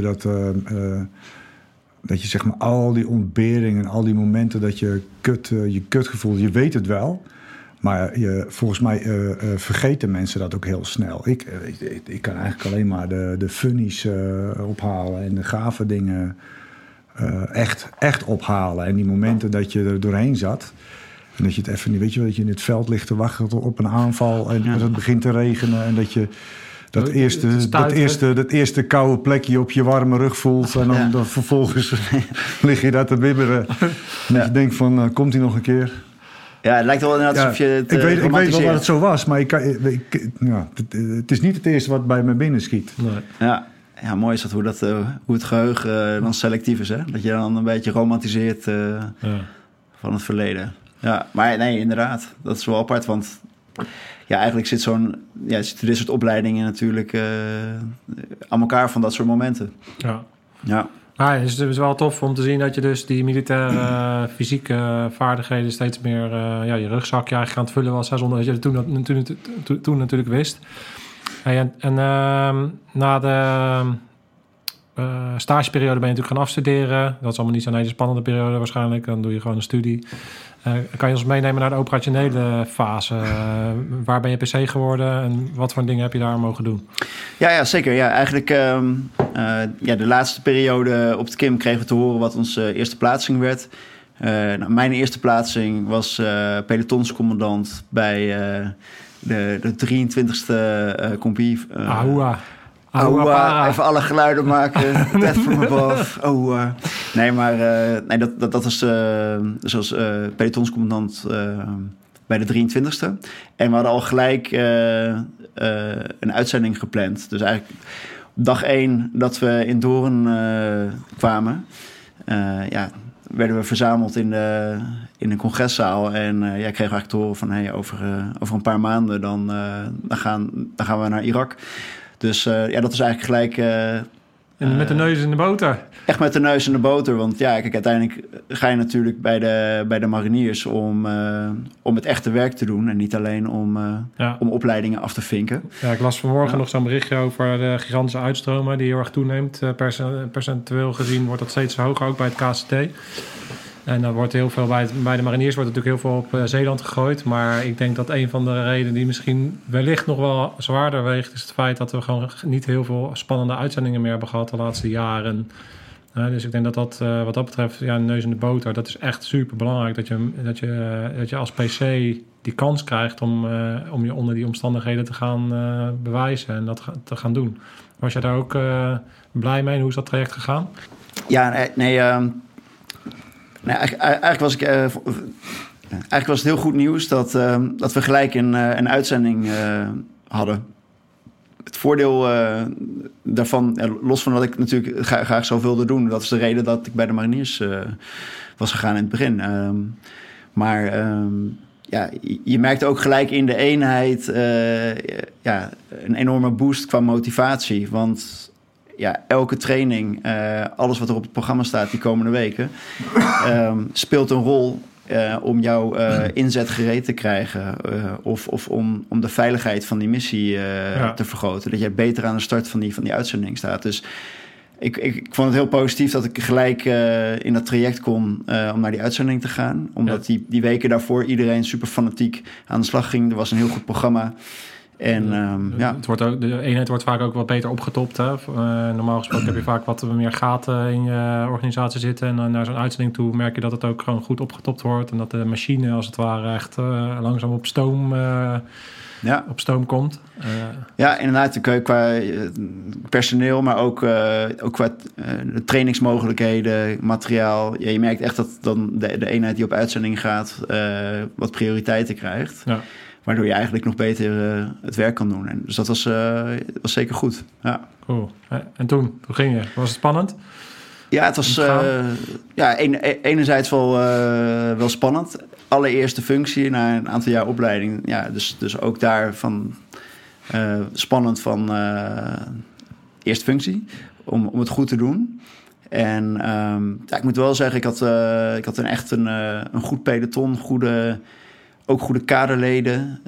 dat je zeg maar al die ontberingen en al die momenten dat je kutgevoel, je weet het wel. Maar volgens mij vergeten mensen dat ook heel snel. Ik kan eigenlijk alleen maar de funnies ophalen en de gave dingen echt ophalen. En die momenten dat je er doorheen zat. En dat je het even niet, weet je wel, dat je in het veld ligt te wachten op een aanval. En dat het begint te regenen. En dat je dat eerste koude plekje op je warme rug voelt. En dan vervolgens lig je daar te bibberen. En dat je denkt van, komt hij nog een keer? Ja, het lijkt wel inderdaad alsof je het ik weet wel dat het zo was, maar het is niet het eerste wat bij me binnen schiet. Nee. Ja, mooi is dat hoe het geheugen dan selectief is, hè? Dat je dan een beetje romantiseert van het verleden. Ja, maar nee, inderdaad. Dat is wel apart, want eigenlijk zitten dit soort opleidingen natuurlijk aan elkaar van dat soort momenten. Ja. Dus het is wel tof om te zien dat je dus die militaire fysieke vaardigheden steeds meer je rugzakje eigenlijk aan het vullen was, zonder dat je het toen natuurlijk wist. En na de stageperiode ben je natuurlijk gaan afstuderen. Dat is allemaal niet zo'n hele spannende periode waarschijnlijk. Dan doe je gewoon een studie. Kan je ons meenemen naar de operationele fase? Waar ben je PC geworden en wat voor dingen heb je daar mogen doen? Ja, zeker. Ja, eigenlijk de laatste periode op het KIM kregen we te horen wat onze eerste plaatsing werd. Mijn eerste plaatsing was pelotonscommandant bij de 23e compagnie. Even alle geluiden maken. Death from above. Nee, maar dat was zoals pelotonscommandant bij de 23e. En we hadden al gelijk een uitzending gepland. Dus eigenlijk op dag 1 dat we in Doorn kwamen... werden we verzameld in een congreszaal. En ik kreeg eigenlijk te horen van... over een paar maanden dan gaan we naar Irak. Dus dat was eigenlijk gelijk... en met de neus in de boter. Echt met de neus in de boter. Want kijk, uiteindelijk ga je natuurlijk bij de mariniers... om het echte werk te doen. En niet alleen om opleidingen af te vinken. Ja, ik las vanmorgen nog zo'n berichtje over de gigantische uitstromen... die heel erg toeneemt. Percentueel gezien wordt dat steeds hoger, ook bij het KCT. En dan wordt heel veel bij de mariniers wordt natuurlijk heel veel op Zeeland gegooid. Maar ik denk dat een van de redenen die misschien wellicht nog wel zwaarder weegt... is het feit dat we gewoon niet heel veel spannende uitzendingen meer hebben gehad de laatste jaren. Dus ik denk dat wat dat betreft, neus in de boter... dat is echt super belangrijk dat je als PC die kans krijgt... om je onder die omstandigheden te gaan bewijzen en dat te gaan doen. Was jij daar ook blij mee? Hoe is dat traject gegaan? Ja, nee... eigenlijk was het heel goed nieuws dat we gelijk een uitzending hadden. Het voordeel daarvan, los van dat ik natuurlijk graag zo wilde doen... dat is de reden dat ik bij de mariniers was gegaan in het begin. Je merkte ook gelijk in de eenheid een enorme boost qua motivatie. Want... elke training, alles wat er op het programma staat die komende weken... speelt een rol om jouw inzet gereed te krijgen... of om de veiligheid van die missie te vergroten. Dat jij beter aan de start van die uitzending staat. Dus ik vond het heel positief dat ik gelijk in dat traject kon... om naar die uitzending te gaan. Omdat die weken daarvoor iedereen super fanatiek aan de slag ging. Er was een heel goed programma... En, de eenheid wordt vaak ook wat beter opgetopt. Hè? Normaal gesproken heb je vaak wat meer gaten in je organisatie zitten. En naar zo'n uitzending toe merk je dat het ook gewoon goed opgetopt wordt. En dat de machine als het ware echt langzaam op stoom komt. Inderdaad. Qua personeel, maar ook qua de trainingsmogelijkheden, materiaal. Ja, je merkt echt dat dan de eenheid die op uitzending gaat... wat prioriteiten krijgt. Ja. Waardoor je eigenlijk nog beter het werk kan doen. En dus dat was zeker goed. Ja. Cool. En toen ging je? Was het spannend? Ja, het was enerzijds wel spannend. Allereerste functie na een aantal jaar opleiding. Ja, dus ook daarvan spannend van eerste functie. Om het goed te doen. En ik moet wel zeggen, ik had echt een goed peloton, ook goede kaderleden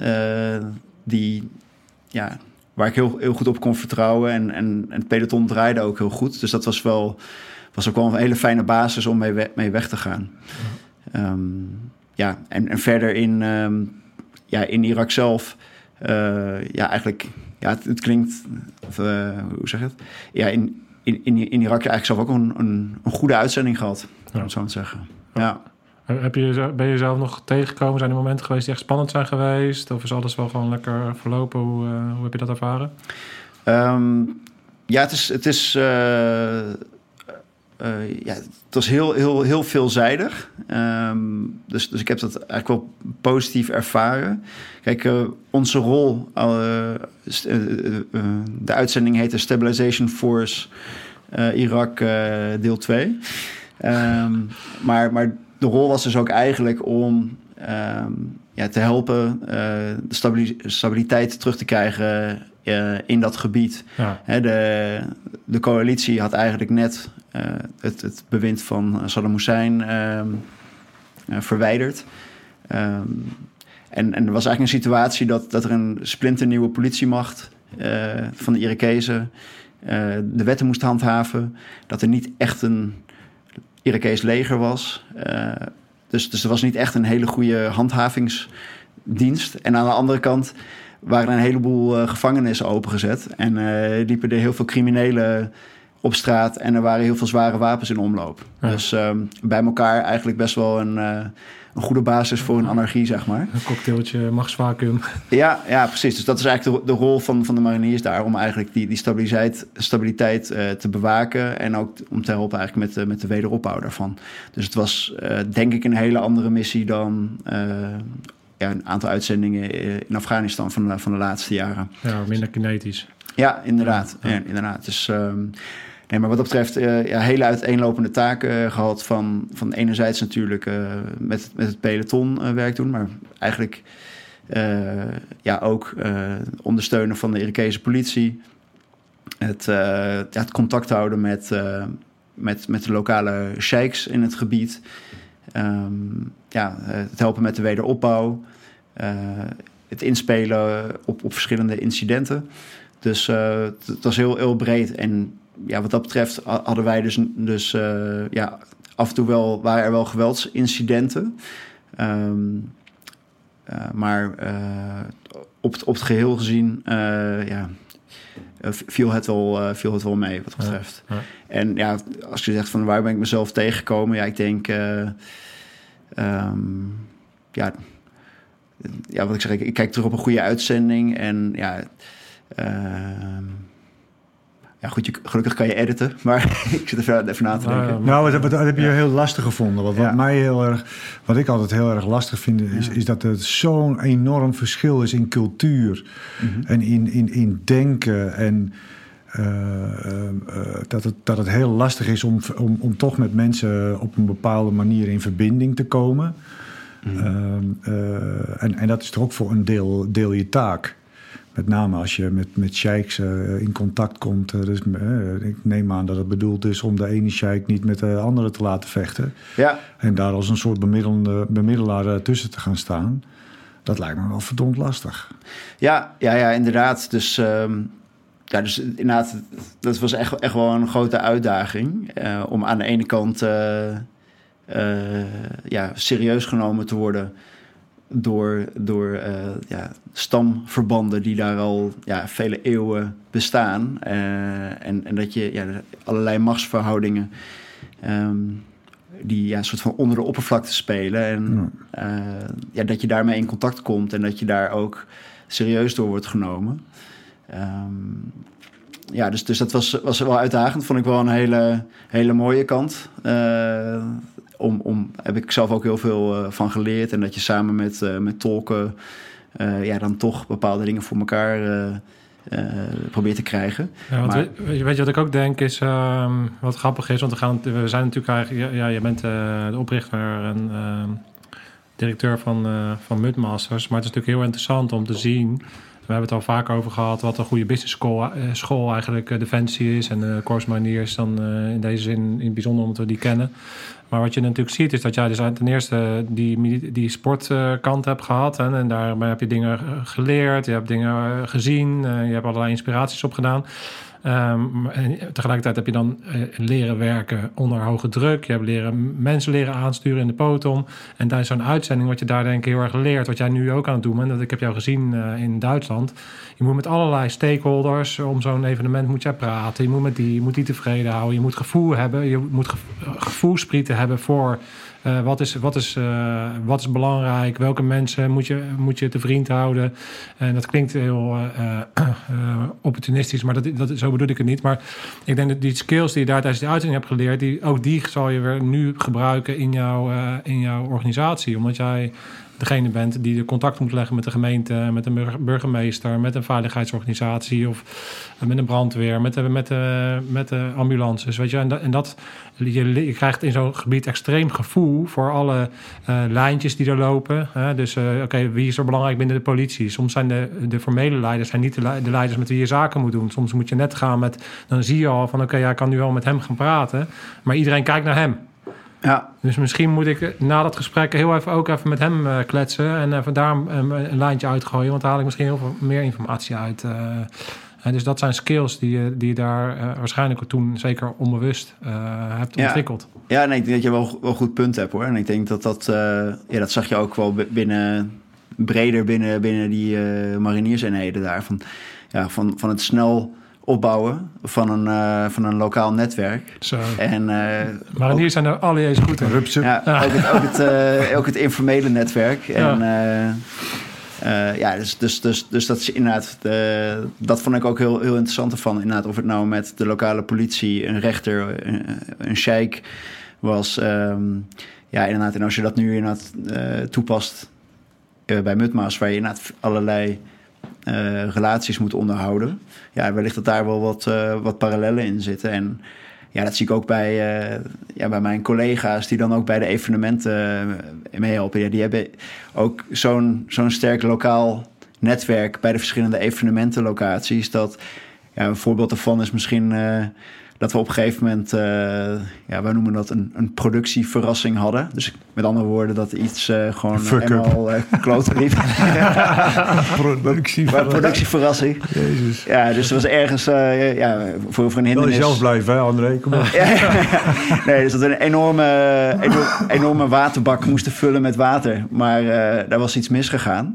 waar ik heel goed op kon vertrouwen. En het peloton draaide ook heel goed. Dus dat was ook wel een hele fijne basis om mee weg te gaan. En verder in Irak zelf... eigenlijk... Ja, het klinkt... hoe zeg je het? Ja, in Irak eigenlijk zelf ook een goede uitzending gehad. Om het zo te zeggen. Ja. Ben je zelf nog tegengekomen? Zijn er momenten geweest die echt spannend zijn geweest? Of is alles wel gewoon lekker verlopen? Hoe heb je dat ervaren? Het was heel veelzijdig. Dus ik heb dat eigenlijk wel positief ervaren. Kijk, onze rol... de uitzending heette Stabilization Force Irak deel 2. Maar de rol was dus ook eigenlijk om te helpen... de stabiliteit terug te krijgen in dat gebied. Ja. De coalitie had eigenlijk net het bewind van Saddam Hussein verwijderd. En er was eigenlijk een situatie dat er een splinternieuwe politiemacht van de Irakezen de wetten moest handhaven. Dat er niet echt een Irakees leger was. Dus er was niet echt een hele goede handhavingsdienst. En aan de andere kant waren er een heleboel gevangenissen opengezet. En liepen er heel veel criminelen op straat en er waren heel veel zware wapens in omloop. Ja. Dus bij elkaar eigenlijk best wel een goede basis voor een anarchie, zeg maar. Een cocktailtje, machtsvacuum. Ja, precies. Dus dat is eigenlijk de rol van de mariniers daar, om eigenlijk die stabiliteit te bewaken en ook om te helpen eigenlijk met de wederopbouw daarvan. Dus het was denk ik een hele andere missie dan een aantal uitzendingen in Afghanistan van de laatste jaren. Ja, minder kinetisch. Ja, inderdaad. Ja, inderdaad. Dus, maar wat dat betreft hele uiteenlopende taken gehad van enerzijds natuurlijk met het peloton werk doen, maar eigenlijk ook ondersteunen van de Irakese politie. Het contact houden met de lokale sheiks in het gebied. Het helpen met de wederopbouw. Het inspelen op verschillende incidenten. Dus het was heel breed. En wat dat betreft hadden wij dus af en toe waren er wel geweldsincidenten. Maar op het geheel gezien viel het wel mee wat dat betreft. Ja. En als je zegt van waar ben ik mezelf tegengekomen? Ik denk wat ik zeg, ik kijk terug op een goede uitzending en goed, gelukkig kan je editen, maar ik zit even na te denken. Dat heb je heel lastig gevonden. Wat ik altijd heel erg lastig vind, is dat er zo'n enorm verschil is in cultuur en in denken. En dat het heel lastig is om toch met mensen op een bepaalde manier in verbinding te komen. En dat is toch ook voor een deel je taak. Met name als je met sheiks in contact komt. Dus ik neem aan dat het bedoeld is om de ene sheik niet met de andere te laten vechten. Ja. En daar als een soort bemiddelaar tussen te gaan staan. Dat lijkt me wel verdomd lastig. Ja, inderdaad. Dus inderdaad, dat was echt wel een grote uitdaging. Om aan de ene kant serieus genomen te worden door stamverbanden die daar al vele eeuwen bestaan. En dat je allerlei machtsverhoudingen die een soort van onder de oppervlakte spelen. En dat je daarmee in contact komt en dat je daar ook serieus door wordt genomen. Dus dat was wel uitdagend. Vond ik wel een hele mooie kant. Heb ik zelf ook heel veel van geleerd. En dat je samen met tolken dan toch bepaalde dingen voor elkaar probeert te krijgen. Ja, want weet je wat ik ook denk is, wat grappig is, want we zijn natuurlijk eigenlijk, je bent de oprichter en directeur van Mudmasters, maar het is natuurlijk heel interessant om te zien. We hebben het al vaak over gehad wat een goede business school eigenlijk Defensie is en Corps Mariniers dan in deze zin in het bijzonder omdat we die kennen. Maar wat je natuurlijk ziet is dat jij dus ten eerste die sportkant hebt gehad. En daarbij heb je dingen geleerd, je hebt dingen gezien, je hebt allerlei inspiraties opgedaan. En tegelijkertijd heb je dan leren werken onder hoge druk. Je hebt mensen leren aansturen in de peloton. En tijdens zo'n uitzending wat je daar denk ik heel erg leert, wat jij nu ook aan het doen bent. Dat ik heb jou gezien in Duitsland. Je moet met allerlei stakeholders om zo'n evenement moet jij praten. Je moet die tevreden houden. Je moet gevoel hebben. Je moet gevoelsprieten hebben voor wat is belangrijk. Welke mensen moet je te vriend houden. En dat klinkt heel opportunistisch, maar zo bedoel ik het niet. Maar ik denk dat die skills die je daar tijdens die uitzending hebt geleerd, die zal je weer nu gebruiken in jouw organisatie. Omdat jij degene bent die de contact moet leggen met de gemeente, met de burgemeester, met een veiligheidsorganisatie of met een brandweer, met de ambulances, weet je. En dat je krijgt in zo'n gebied extreem gevoel voor alle lijntjes die er lopen. Dus wie is er belangrijk binnen de politie? Soms zijn de formele leiders zijn niet de leiders met wie je zaken moet doen. Soms moet je net gaan dan zie je al van ik kan nu wel met hem gaan praten, maar iedereen kijkt naar hem. Ja. Dus misschien moet ik na dat gesprek ook even met hem kletsen en even daar een lijntje uitgooien, want daar haal ik misschien heel veel meer informatie uit. Dus dat zijn skills die je daar waarschijnlijk toen zeker onbewust hebt ontwikkeld. Ja, en ik denk dat je wel goed punt hebt hoor. En ik denk dat zag je ook wel breder binnen die marinierseenheden daar. Van het snel opbouwen van een lokaal netwerk. Zo. En, Mariniers zijn er alle eens goed in. Rupsen. ja, ook het informele netwerk. Ja. En dus dat is inderdaad... dat vond ik ook heel, heel interessant ervan. Inderdaad, of het nou met de lokale politie, een rechter, een sheik was. Inderdaad. En als je dat nu inderdaad toepast bij Mudmaasters, waar je inderdaad allerlei relaties moet onderhouden. Ja, wellicht dat daar wel wat parallellen in zitten. En ja, dat zie ik ook bij mijn collega's die dan ook bij de evenementen meehelpen. Ja, die hebben ook zo'n sterk lokaal netwerk bij de verschillende evenementenlocaties. Dat een voorbeeld daarvan is misschien dat we op een gegeven moment, wij noemen dat een productieverrassing hadden. Dus met andere woorden, dat iets gewoon eenmaal kloten liep. Productieverrassing. Jezus. Ja, dus er was ergens voor een hindernis. Wil je zelf blijven, hè, André? Kom op. Nee, dus dat we een enorme waterbak moesten vullen met water. Maar daar was iets misgegaan.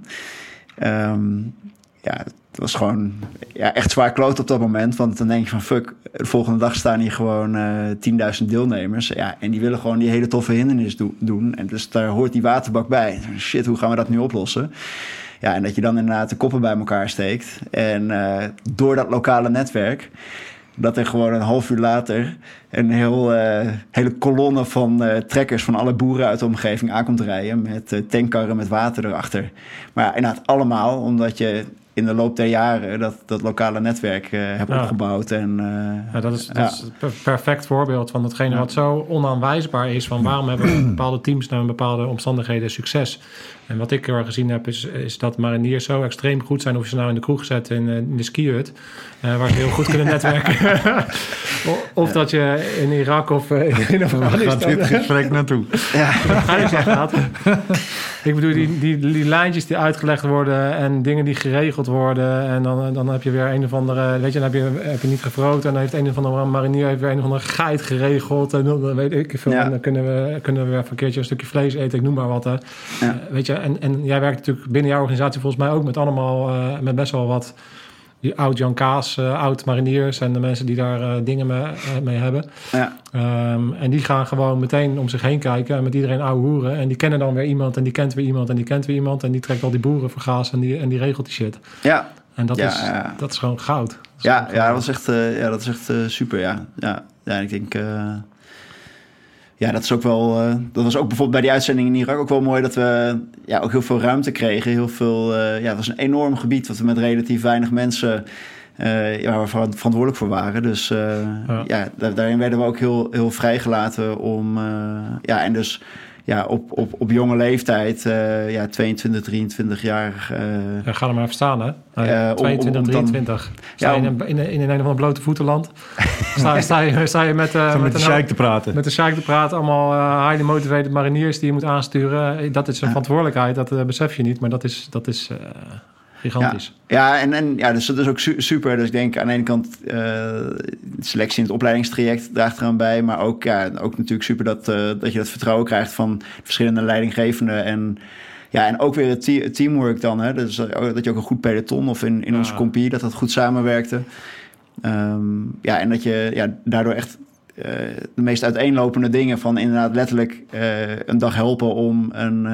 Het was gewoon echt zwaar kloot op dat moment. Want dan denk je van fuck, de volgende dag staan hier gewoon 10.000 deelnemers. Ja, en die willen gewoon die hele toffe hindernis doen. En dus daar hoort die waterbak bij. Shit, hoe gaan we dat nu oplossen? Ja, en dat je dan inderdaad de koppen bij elkaar steekt. En door dat lokale netwerk, dat er gewoon een half uur later een hele kolonne van trekkers van alle boeren uit de omgeving aankomt rijden met tankkarren met water erachter. Maar ja, inderdaad allemaal omdat je in de loop der jaren dat lokale netwerk hebt opgebouwd. En, dat is een perfect voorbeeld van datgene wat zo onaanwijsbaar is van waarom hebben bepaalde teams naar bepaalde omstandigheden succes. En wat ik heel erg gezien heb is dat mariniers zo extreem goed zijn, of je ze nou in de kroeg zet in de skihut, waar ze heel goed kunnen netwerken. Of dat je in Irak of in Afghanistan... gaat dit gesprek naartoe? Ja. Ik bedoel, die lijntjes die uitgelegd worden en dingen die geregeld worden. En dan heb je weer een of andere... Weet je, dan heb je niet gefroten en dan heeft een of andere marinier heeft weer een of andere geit geregeld. En dan weet ik veel. Ja. En dan kunnen we weer een keertje een stukje vlees eten, ik noem maar wat. Ja. Weet je, en jij werkt natuurlijk binnen jouw organisatie volgens mij ook met allemaal... met best wel wat... die oud-Jan Kaas, oud-mariniers en de mensen die daar dingen mee hebben. Ja. En die gaan gewoon meteen om zich heen kijken en met iedereen ouwe hoeren. En die kennen dan weer iemand en die kent weer iemand en die kent weer iemand. En die trekt al die boeren vergaas en die regelt die shit. Ja. En dat is gewoon goud. Dat is echt super, ja. Ja, ik denk... dat is ook wel. Dat was ook bijvoorbeeld bij die uitzending in Irak ook wel mooi dat we ook heel veel ruimte kregen. Heel veel. Het was een enorm gebied wat we met relatief weinig mensen waar we verantwoordelijk voor waren. Dus daarin werden we ook heel, heel vrijgelaten om. En dus op jonge leeftijd, 22, 23 jaar. Ga er maar even staan, hè? 22, 23. Sta je in een of ander blote voetenland. sta je met de sheik te praten. Met de sheik te praten. Allemaal highly motivated mariniers die je moet aansturen. Dat is een verantwoordelijkheid, dat besef je niet. Maar dat is gigantisch. Dus dat is ook super. Dus ik denk aan de ene kant selectie in het opleidingstraject draagt eraan bij. Maar ook natuurlijk super dat je dat vertrouwen krijgt van verschillende leidinggevenden. En ook weer het teamwork dan. Hè? Dus dat je ook een goed peloton of in onze compie dat goed samenwerkte. En dat je daardoor echt de meest uiteenlopende dingen van inderdaad letterlijk een dag helpen om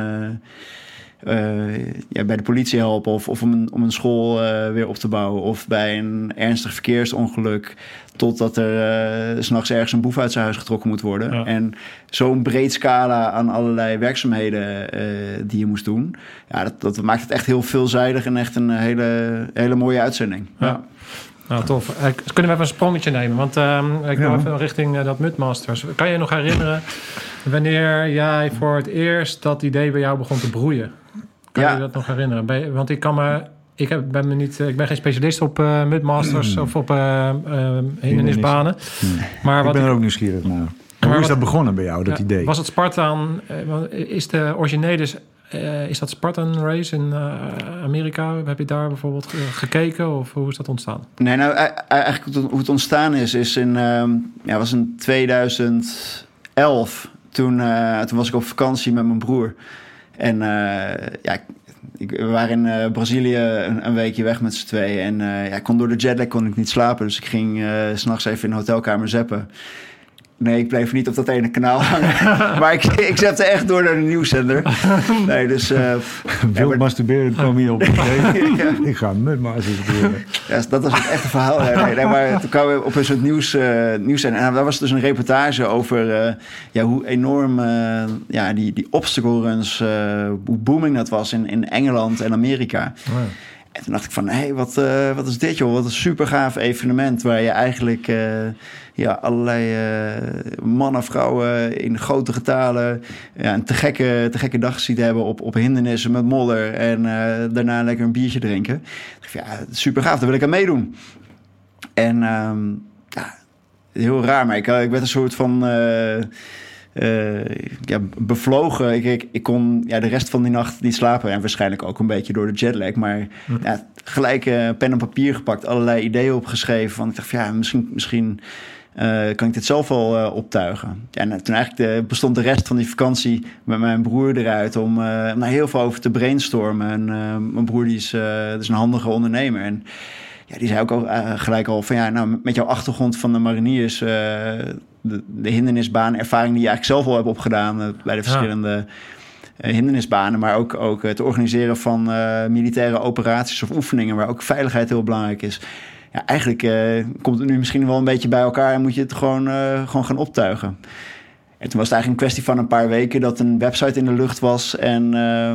bij de politie helpen of om een school weer op te bouwen of bij een ernstig verkeersongeluk totdat er 's nachts ergens een boef uit zijn huis getrokken moet worden. Ja. En zo'n breed scala aan allerlei werkzaamheden die je moest doen. Ja, dat maakt het echt heel veelzijdig en echt een hele mooie uitzending. Ja. Nou, tof. Kunnen we even een sprongetje nemen? Want ik wil even richting dat Mudmasters. Kan je je nog herinneren wanneer jij voor het eerst dat idee bij jou begon te broeien? Kan je dat nog herinneren? Want ik ben geen specialist op Mudmasters of op hindernisbanen. Maar ik ben er ook nieuwsgierig naar. Hoe is dat begonnen bij jou, dat idee? Was het Spartan? Is de originele... is dat Spartan Race in Amerika? Heb je daar bijvoorbeeld gekeken? Of hoe is dat ontstaan? Nee, nou eigenlijk hoe het ontstaan is was in 2011. Toen was ik op vakantie met mijn broer. En we waren in Brazilië een weekje weg met z'n tweeën. En ik kon door de jetlag kon ik niet slapen. Dus ik ging 's nachts even in de hotelkamer zappen. Nee, ik bleef niet op dat ene kanaal hangen. Maar ik zette echt door naar de nieuwszender. Nee, dus... Wild masturberen kwam hier op het idee. Ja. Ik ga masturberen. Ja, dat was het echte verhaal. Nee, maar toen kwamen we op een soort nieuwszender. En daar was dus een reportage over hoe enorm die obstacle runs... hoe booming dat was in Engeland en Amerika. Oh ja. En toen dacht ik van, wat is dit joh? Wat een super gaaf evenement waar je eigenlijk allerlei mannen, vrouwen in grote getalen een te gekke dag ziet hebben op hindernissen met modder en daarna lekker een biertje drinken. Ik dacht, super gaaf, daar wil ik aan meedoen. En heel raar, maar ik werd een soort van... bevlogen. Ik kon de rest van die nacht niet slapen. En waarschijnlijk ook een beetje door de jetlag. Maar gelijk pen en papier gepakt. Allerlei ideeën opgeschreven. Want ik dacht van misschien kan ik dit zelf wel optuigen. En toen eigenlijk bestond de rest van die vakantie met mijn broer eruit om daar heel veel over te brainstormen. En mijn broer die is een handige ondernemer. En die zei ook al, gelijk al van met jouw achtergrond van de mariniers... de hindernisbaan, ervaring die je eigenlijk zelf al hebt opgedaan bij de verschillende hindernisbanen, maar ook het organiseren van militaire operaties of oefeningen, waar ook veiligheid heel belangrijk is. Ja, eigenlijk komt het nu misschien wel een beetje bij elkaar en moet je het gewoon gaan optuigen. En toen was het eigenlijk een kwestie van een paar weken dat een website in de lucht was en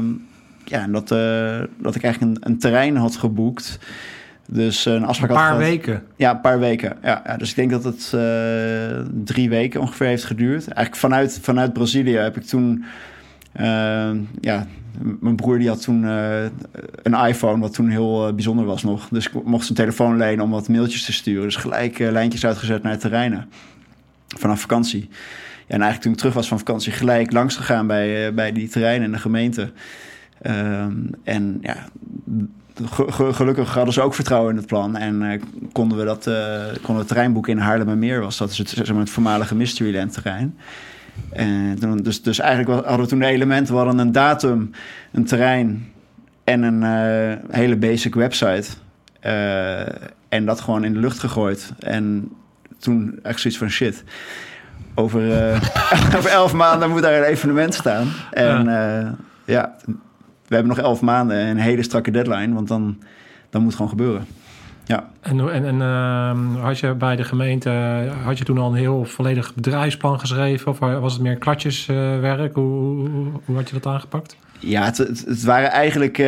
dat ik eigenlijk een terrein had geboekt. Dus een afspraak had gehad. Weken? Ja, een paar weken. Ja, dus ik denk dat het 3 weken ongeveer heeft geduurd. Eigenlijk vanuit Brazilië heb ik toen... mijn broer die had toen een iPhone, wat toen heel bijzonder was nog. Dus ik mocht zijn telefoon lenen om wat mailtjes te sturen. Dus gelijk lijntjes uitgezet naar terreinen. Vanaf vakantie. Ja, en eigenlijk toen ik terug was van vakantie... gelijk langs gegaan bij die terreinen en de gemeente. Gelukkig hadden ze ook vertrouwen in het plan. En konden we het terrein boeken in Haarlemmermeer. Dat is het voormalige Mysteryland terrein. En dus eigenlijk hadden we toen de elementen. We hadden een datum, een terrein en een hele basic website. En dat gewoon in de lucht gegooid. En toen eigenlijk zoiets van shit. Over 11 maanden moet daar een evenement staan. En we hebben nog 11 maanden en een hele strakke deadline. Want dan moet het gewoon gebeuren. Ja. En had je bij de gemeente... had je toen al een heel volledig bedrijfsplan geschreven? Of was het meer klatjeswerk? Hoe had je dat aangepakt? Ja, het waren eigenlijk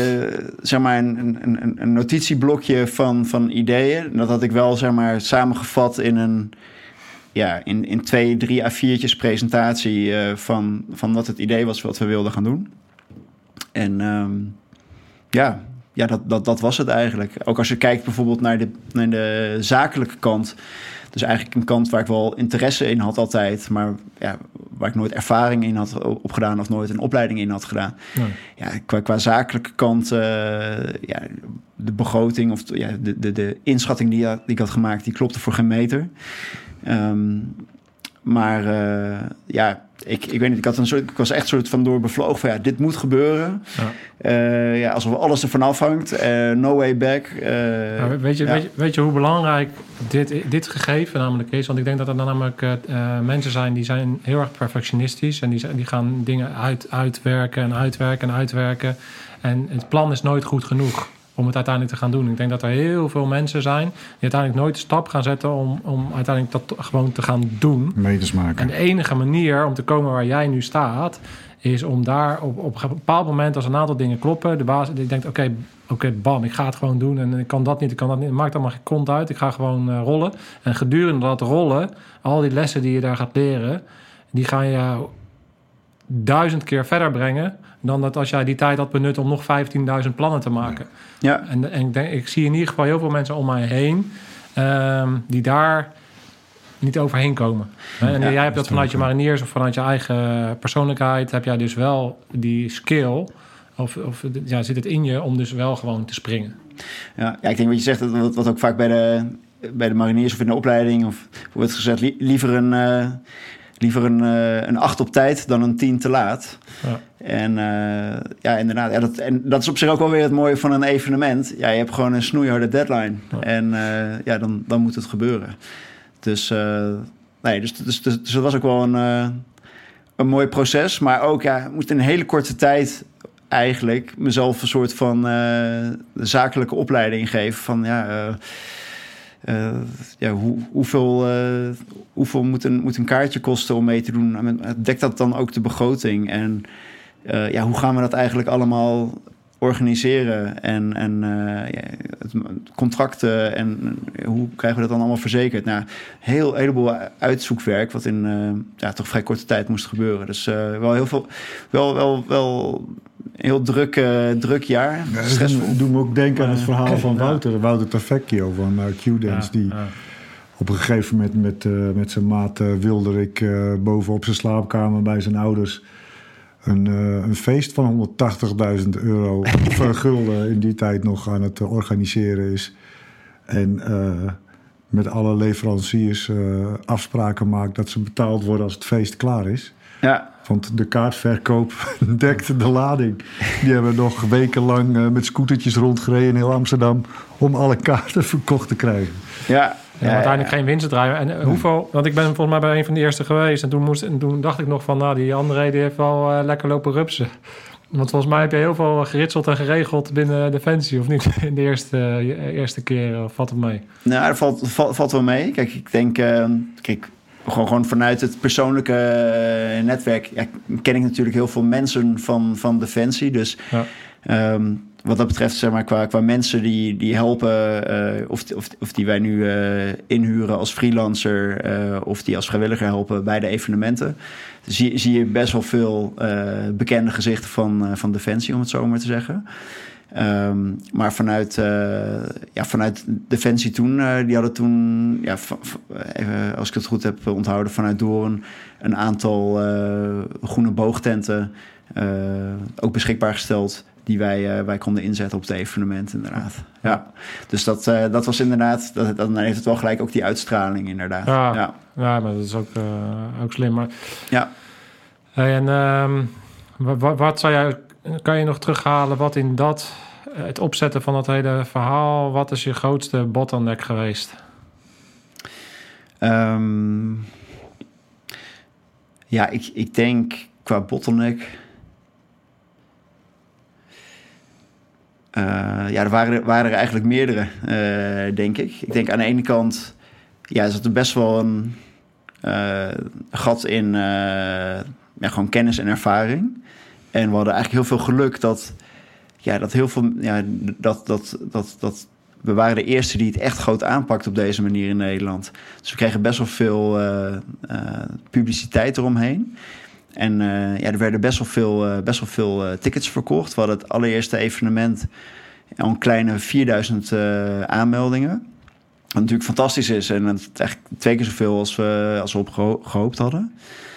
een notitieblokje van ideeën. Dat had ik wel samengevat in in 2, 3 A4'tjes presentatie van wat het idee was wat we wilden gaan doen. En dat was het eigenlijk. Ook als je kijkt bijvoorbeeld naar de zakelijke kant. Dus eigenlijk een kant waar ik wel interesse in had altijd. Maar waar ik nooit ervaring in had opgedaan of nooit een opleiding in had gedaan. Nee. Ja, qua zakelijke kant, de begroting of de inschatting die ik had gemaakt, die klopte voor geen meter. Ik weet niet, ik was echt soort van doorbevlogen van dit moet gebeuren. Ja. Alsof alles ervan afhangt. No way back. Weet je hoe belangrijk dit gegeven namelijk is? Want ik denk dat er dan namelijk mensen zijn die zijn heel erg perfectionistisch. En die gaan dingen uitwerken. En het plan is nooit goed genoeg om het uiteindelijk te gaan doen. Ik denk dat er heel veel mensen zijn die uiteindelijk nooit de stap gaan zetten om uiteindelijk dat gewoon te gaan doen. Meters maken. En de enige manier om te komen waar jij nu staat, is om daar op een bepaald moment, als een aantal dingen kloppen, de baas die denkt, oké, bam, ik ga het gewoon doen en ik kan dat niet. Maakt allemaal geen kont uit. Ik ga gewoon rollen. En gedurende dat rollen, al die lessen die je daar gaat leren, die gaan jou 1000 keer verder brengen dan dat als jij die tijd had benut om nog 15.000 plannen te maken. Ja. En ik zie in ieder geval heel veel mensen om mij heen die daar niet overheen komen. En jij hebt dat vanuit je mariniers of vanuit je eigen persoonlijkheid, heb jij dus wel die skill of zit het in je om dus wel gewoon te springen. Ja, ik denk wat je zegt, wat ook vaak bij de mariniers of in de opleiding of wordt gezegd, liever liever een 8 op tijd dan een 10 te laat. Ja. En inderdaad. En dat is op zich ook wel weer het mooie van een evenement. Ja, je hebt gewoon een snoeiharde deadline. Ja. En dan moet het gebeuren. Dus dat was ook wel een mooi proces. Maar ook, ik moest in een hele korte tijd eigenlijk mezelf een soort van zakelijke opleiding geven. Van hoeveel moet een kaartje kosten om mee te doen? Dekt dat dan ook de begroting? En hoe gaan we dat eigenlijk allemaal organiseren? En contracten en hoe krijgen we dat dan allemaal verzekerd? Nou, heleboel uitzoekwerk wat in toch vrij korte tijd moest gebeuren. Dus wel heel veel, wel heel druk jaar. Stressvol. Doe me ook denken aan het verhaal van Wouter Tavecchio van Q-Dance. Die op een gegeven moment met zijn maat Wilderik bovenop zijn slaapkamer bij zijn ouders een feest van €180.000 of gulden in die tijd nog aan het organiseren is. En met alle leveranciers afspraken maakt dat ze betaald worden als het feest klaar is. Ja. Want de kaartverkoop dekte de lading. Die hebben nog wekenlang met scootertjes rondgereden in heel Amsterdam om alle kaarten verkocht te krijgen. Ja. Ja, uiteindelijk geen winst te draaien. En hoeveel? Want ik ben volgens mij bij een van de eerste geweest. En toen dacht ik nog van, die André die heeft wel lekker lopen rupsen. Want volgens mij heb je heel veel geritseld en geregeld binnen Defensie, of niet? In de eerste keer, of valt het mee? Nou, dat valt wel mee. Kijk, ik denk, gewoon vanuit het persoonlijke netwerk ken ik natuurlijk heel veel mensen van Defensie. Dus wat dat betreft, zeg maar, qua mensen die helpen, of die wij nu inhuren als freelancer, of die als vrijwilliger helpen bij de evenementen, zie je best wel veel bekende gezichten van Defensie, om het zo maar te zeggen. Maar vanuit Defensie toen, die hadden toen, even, als ik het goed heb onthouden, vanuit Doorn een aantal groene boogtenten ook beschikbaar gesteld, die wij konden inzetten op het evenement, inderdaad. Ja. Dus dat was inderdaad, dan heeft het wel gelijk ook die uitstraling, inderdaad. Ja, maar dat is ook slim. Maar... Ja. Hey, en wat kan je nog terughalen wat in het opzetten van dat hele verhaal, wat is je grootste bottleneck geweest? Ik denk qua bottleneck, er waren er eigenlijk meerdere, denk ik. Ik denk aan de ene kant, zat er best wel een gat in gewoon kennis en ervaring. En we hadden eigenlijk heel veel geluk dat we waren de eerste die het echt groot aanpakt op deze manier in Nederland. Dus we kregen best wel veel publiciteit eromheen. En er werden best wel veel tickets verkocht. We hadden het allereerste evenement al een kleine 4000 aanmeldingen. Wat natuurlijk fantastisch is. En het is eigenlijk 2 keer zoveel als we op gehoopt hadden.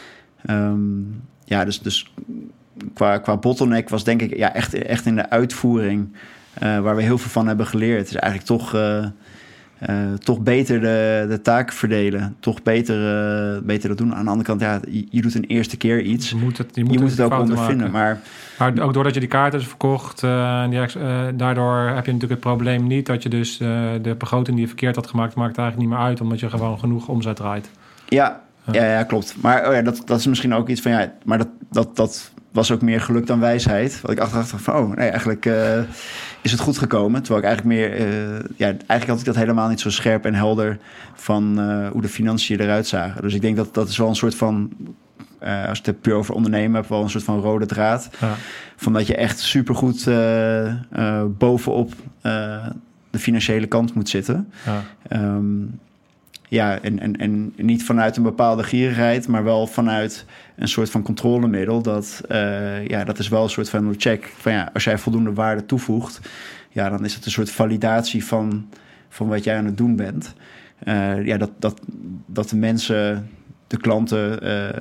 Dus qua bottleneck was denk ik echt in de uitvoering waar we heel veel van hebben geleerd. Het is eigenlijk toch beter de taken verdelen. Toch beter dat doen. Aan de andere kant, je doet een eerste keer iets. Je moet het ook ondervinden. Maar ook doordat je die kaarten hebt verkocht, daardoor heb je natuurlijk het probleem niet dat je dus de begroting die je verkeerd had gemaakt, maakt eigenlijk niet meer uit, omdat je gewoon genoeg omzet draait. Ja, klopt. Maar dat is misschien ook iets van, maar dat was ook meer geluk dan wijsheid. Wat ik achteraf dacht van, eigenlijk is het goed gekomen. Terwijl ik eigenlijk meer, eigenlijk had ik dat helemaal niet zo scherp en helder van hoe de financiën eruit zagen. Dus ik denk dat is wel een soort van, als je het puur over ondernemen hebt, wel een soort van rode draad. Ja. Van dat je echt supergoed bovenop de financiële kant moet zitten. Ja. En niet vanuit een bepaalde gierigheid, maar wel vanuit een soort van controlemiddel. Dat is wel een soort van check. Van als jij voldoende waarde toevoegt, dan is het een soort validatie van wat jij aan het doen bent. Dat de mensen, de klanten,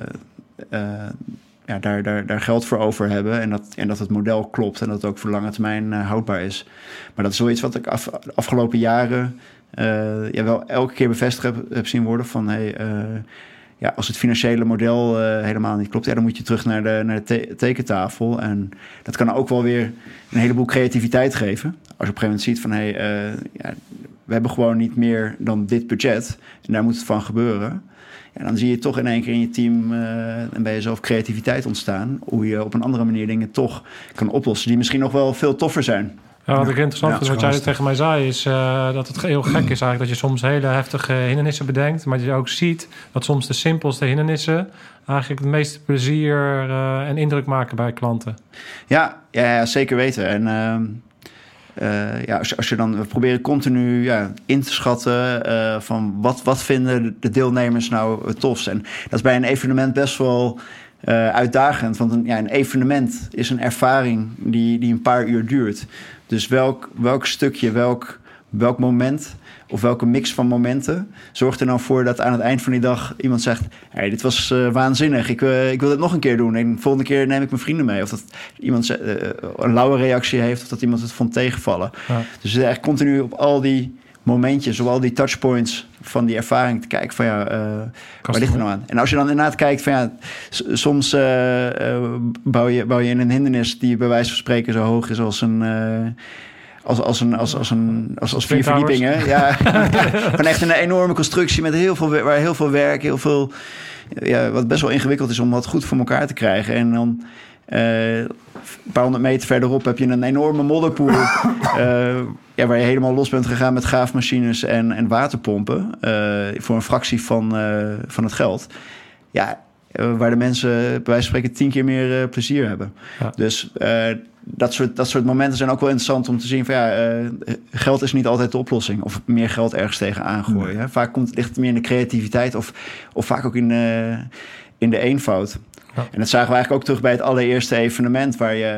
daar geld voor over hebben. En dat het model klopt en dat het ook voor lange termijn houdbaar is. Maar dat is zoiets wat ik de afgelopen jaren wel elke keer bevestigd heb zien worden van als het financiële model helemaal niet klopt, dan moet je terug naar de tekentafel. En dat kan ook wel weer een heleboel creativiteit geven. Als je op een gegeven moment ziet van we hebben gewoon niet meer dan dit budget en daar moet het van gebeuren. Ja, dan zie je toch in één keer in je team en bij jezelf creativiteit ontstaan. Hoe je op een andere manier dingen toch kan oplossen die misschien nog wel veel toffer zijn. Ja, wat ik interessant vind, wat jij tegen mij zei, is dat het heel gek is eigenlijk dat je soms hele heftige hindernissen bedenkt, maar dat je ook ziet dat soms de simpelste hindernissen eigenlijk het meeste plezier en indruk maken bij klanten. Ja, zeker weten. En als je dan... We proberen continu in te schatten van wat vinden de deelnemers nou het tofst. En dat is bij een evenement best wel uitdagend. Want een evenement is een ervaring die een paar uur duurt. Dus welk stukje, welk moment of welke mix van momenten zorgt er nou voor dat aan het eind van die dag iemand zegt: hey, dit was waanzinnig, ik wil dit nog een keer doen en de volgende keer neem ik mijn vrienden mee. Of dat iemand een lauwe reactie heeft of dat iemand het vond tegenvallen. Ja. Dus het is eigenlijk continu op al die momentjes, op al die touchpoints van die ervaring te kijken van waar ligt er nou aan? En als je dan inderdaad kijkt van soms bouw je in een hindernis die bij wijze van spreken zo hoog is als een als 4 verdiepingen. Ja, gewoon echt een enorme constructie met waar heel veel werk, heel veel, wat best wel ingewikkeld is om dat goed voor elkaar te krijgen. En dan een paar honderd meter verderop heb je een enorme modderpoel waar je helemaal los bent gegaan met graafmachines en waterpompen voor een fractie van het geld. Ja, waar de mensen bij wijze van spreken 10 keer meer plezier hebben. Ja. Dus dat soort momenten zijn ook wel interessant om te zien van geld is niet altijd de oplossing. Of meer geld ergens tegenaan gooien. Nee. Vaak ligt het meer in de creativiteit of vaak ook in de eenvoud. Ja. En dat zagen we eigenlijk ook terug bij het allereerste evenement waar je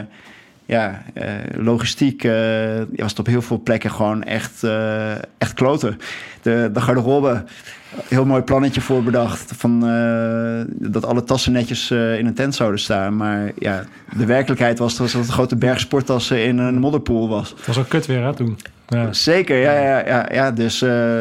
logistiek was het op heel veel plekken gewoon echt kloten. De garderobe, heel mooi plannetje voor bedacht van dat alle tassen netjes in een tent zouden staan. Maar de werkelijkheid was dat een grote berg sporttassen in een modderpoel was. Het was ook kut weer, hè, toen? Ja. Zeker, ja. Dus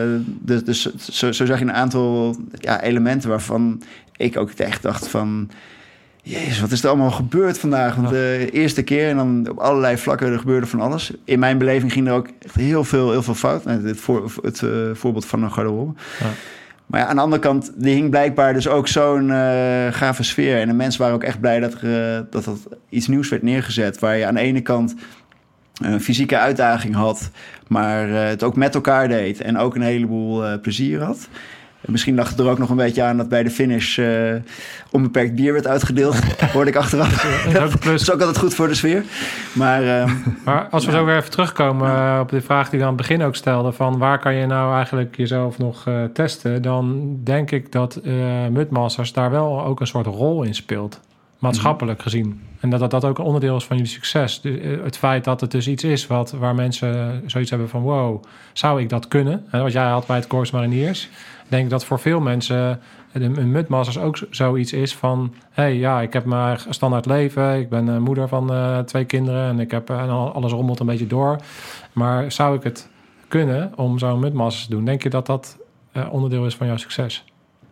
zo zag je een aantal elementen waarvan ik ook echt dacht van... Jezus, wat is er allemaal gebeurd vandaag? Want de eerste keer en dan op allerlei vlakken er gebeurde van alles. In mijn beleving ging er ook echt heel veel fout. Het voorbeeld van een garderobe. Ja. Maar aan de andere kant, die hing blijkbaar dus ook zo'n gave sfeer. En de mensen waren ook echt blij dat iets nieuws werd neergezet. Waar je aan de ene kant een fysieke uitdaging had, maar het ook met elkaar deed. En ook een heleboel plezier had. Misschien lag het er ook nog een beetje aan dat bij de finish onbeperkt bier werd uitgedeeld. Hoorde ik achteraf. Dat is ook altijd goed voor de sfeer. Maar als we zo weer even terugkomen op de vraag die we aan het begin ook stelden, van waar kan je nou eigenlijk jezelf nog testen? Dan denk ik dat Mudmasters daar wel ook een soort rol in speelt. Maatschappelijk gezien. En dat ook een onderdeel is van jullie succes. Het feit dat het dus iets is waar mensen zoiets hebben van wow, zou ik dat kunnen? Wat jij had bij het Corps Mariniers. Ik denk dat voor veel mensen een Mudmasters ook zoiets is van... ik heb mijn standaard leven. Ik ben moeder van 2 kinderen en alles rommelt een beetje door. Maar zou ik het kunnen om zo'n Mudmasters te doen? Denk je dat onderdeel is van jouw succes?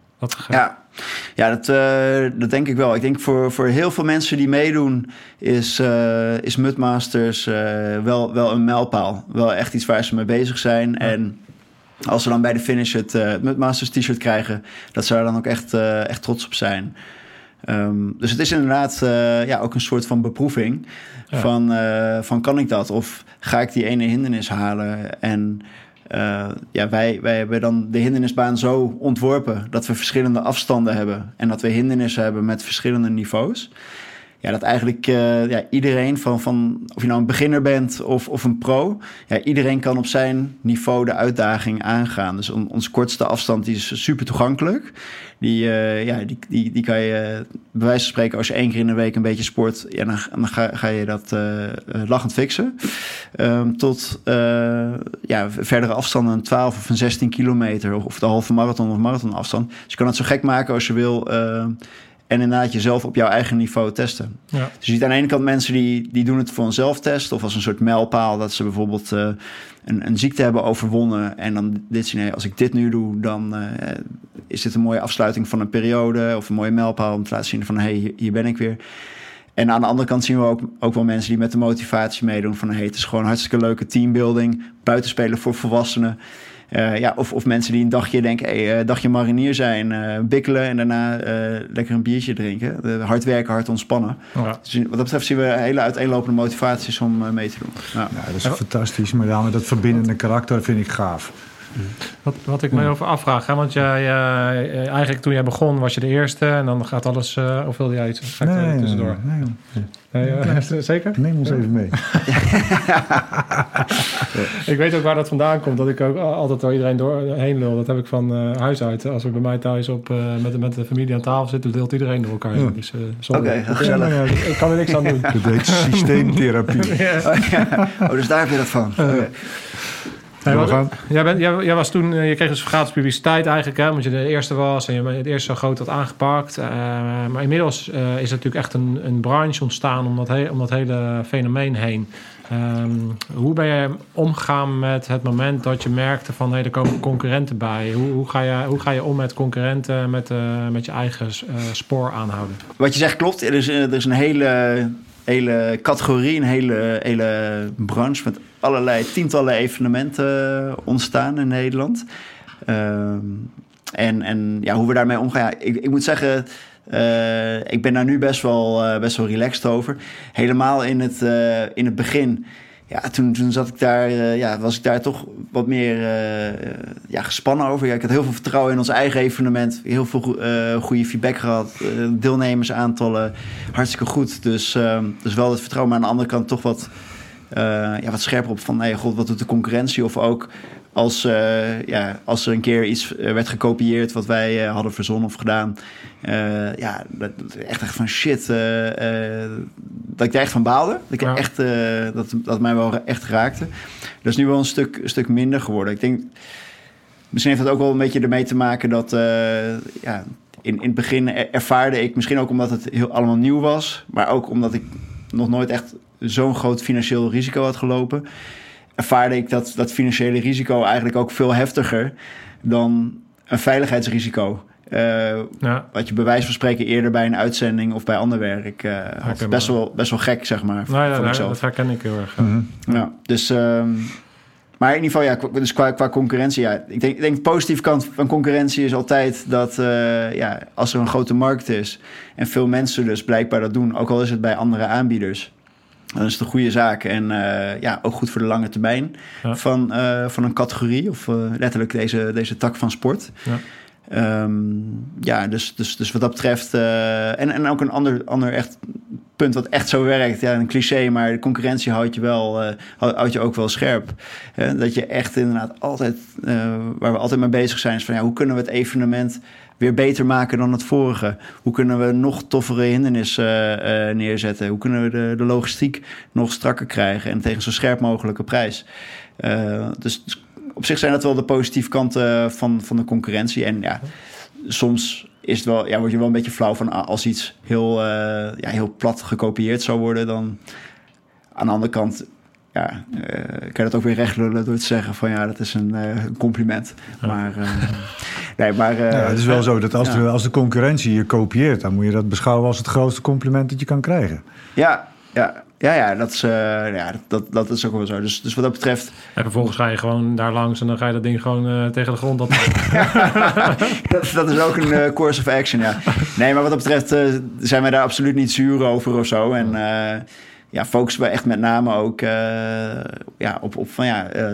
Dat denk ik wel. Ik denk voor heel veel mensen die meedoen is Mudmasters wel een mijlpaal. Wel echt iets waar ze mee bezig zijn. Ja. En als ze dan bij de finish het Mudmasters t-shirt krijgen, dat ze daar dan ook echt trots op zijn. Dus het is inderdaad ook een soort van beproeving van kan ik dat? Of ga ik die ene hindernis halen? En wij hebben dan de hindernisbaan zo ontworpen dat we verschillende afstanden hebben en dat we hindernissen hebben met verschillende niveaus. Ja, dat eigenlijk iedereen van of je nou een beginner bent of een pro, iedereen kan op zijn niveau de uitdaging aangaan. Dus onze kortste afstand die is super toegankelijk. Die kan je bij wijze van spreken, als je 1 keer in de week een beetje sport, dan ga je dat lachend fixen. Tot verdere afstanden, een 12 of een 16 kilometer of de halve marathon of marathonafstand. Dus je kan het zo gek maken als je wil. en inderdaad jezelf op jouw eigen niveau testen. Ja. Dus je ziet aan de ene kant mensen die doen het voor een zelftest of als een soort mijlpaal dat ze bijvoorbeeld een ziekte hebben overwonnen en dan dit zien, hey, als ik dit nu doe, dan is dit een mooie afsluiting van een periode of een mooie mijlpaal om te laten zien van hey, hier ben ik weer. En aan de andere kant zien we ook wel mensen die met de motivatie meedoen van hey, het is gewoon hartstikke leuke teambuilding, buitenspelen voor volwassenen. Of mensen die een dagje denken, een dagje marinier zijn, bikkelen en daarna lekker een biertje drinken. Hard werken, hard ontspannen. Ja. Dus wat dat betreft zien we hele uiteenlopende motivaties om mee te doen. Ja, dat is fantastisch. Maar ja, met dat verbindende karakter vind ik gaaf. Wat ik me over afvraag, hè? Want eigenlijk toen jij begon was je de eerste en dan gaat alles... of wilde jij iets? Ga ik tussendoor? Nee, zeker? Neem ons even mee. Ik weet ook waar dat vandaan komt, dat ik ook altijd door iedereen doorheen lul. Dat heb ik van huis uit. Als ik bij mij thuis met de familie aan tafel zit, dan deelt iedereen door elkaar. Ja. Dus, Oké, gezellig. Ik kan er niks aan doen. Dat heet systeemtherapie. Dus daar heb je dat van. Okay. Jij was toen, je kreeg dus gratis publiciteit eigenlijk, hè, omdat je de eerste was en je het eerst zo groot had aangepakt. Maar inmiddels is er natuurlijk echt een branche ontstaan om dat hele fenomeen heen. Hoe ben je omgegaan met het moment dat je merkte van er komen concurrenten bij? Hoe ga je om met concurrenten, met je eigen spoor aanhouden? Wat je zegt klopt. Er is een hele categorie, een hele branche met allerlei tientallen evenementen ontstaan in Nederland. Hoe we daarmee omgaan. Ja, ik moet zeggen, ik ben daar nu best wel relaxed over. Helemaal in het begin. Ja, toen zat ik daar, was ik daar toch wat meer gespannen over. Ja, ik had heel veel vertrouwen in ons eigen evenement. Heel veel goede feedback gehad. Deelnemersaantallen hartstikke goed. Dus wel het vertrouwen. Maar aan de andere kant toch wat scherper op van... Nee, god, wat doet de concurrentie? Of ook als er een keer iets werd gekopieerd... wat wij hadden verzonnen of gedaan... echt van shit... dat ik daar echt van baalde. Dat ik echt, dat mij wel echt raakte. Dat is nu wel een stuk minder geworden. Ik denk... Misschien heeft dat ook wel een beetje ermee te maken dat... in het begin ervaarde ik... Misschien ook omdat het allemaal nieuw was... maar ook omdat ik nog nooit echt... zo'n groot financieel risico had gelopen... ervaarde ik dat financiële risico eigenlijk ook veel heftiger... dan een veiligheidsrisico. Wat je bij wijze van spreken eerder bij een uitzending... of bij ander werk had. Best wel gek, zeg maar. Dat herken ik heel erg. Mm-hmm. Ja, dus... maar in ieder geval, dus qua concurrentie... Ja, ik denk de positieve kant van concurrentie is altijd... dat als er een grote markt is... en veel mensen dus blijkbaar dat doen... ook al is het bij andere aanbieders... dan is het een goede zaak. En ook goed voor de lange termijn van een categorie... of letterlijk deze tak van sport. Ja. Dus wat dat betreft... En ook een ander echt punt wat echt zo werkt. Ja, een cliché, maar de concurrentie houdt je ook wel scherp. Dat je echt inderdaad altijd... waar we altijd mee bezig zijn... is van hoe kunnen we het evenement... weer beter maken dan het vorige? Hoe kunnen we nog toffere hindernissen neerzetten? Hoe kunnen we de logistiek nog strakker krijgen... en tegen zo scherp mogelijke prijs? Dus op zich zijn dat wel de positieve kanten van de concurrentie. En soms is het wel, word je wel een beetje flauw van... als iets heel plat gekopieerd zou worden... dan aan de andere kant... kan je dat ook weer rechtlullen door te zeggen van dat is een compliment. Maar het is wel zo dat als de concurrentie je kopieert... dan moet je dat beschouwen als het grootste compliment dat je kan krijgen. Dat is ook wel zo. Dus wat dat betreft... En vervolgens ga je gewoon daar langs... en dan ga je dat ding gewoon tegen de grond op. dat is ook een course of action, ja. Nee, maar wat dat betreft zijn wij daar absoluut niet zuur over of zo. En focussen we echt met name ook op van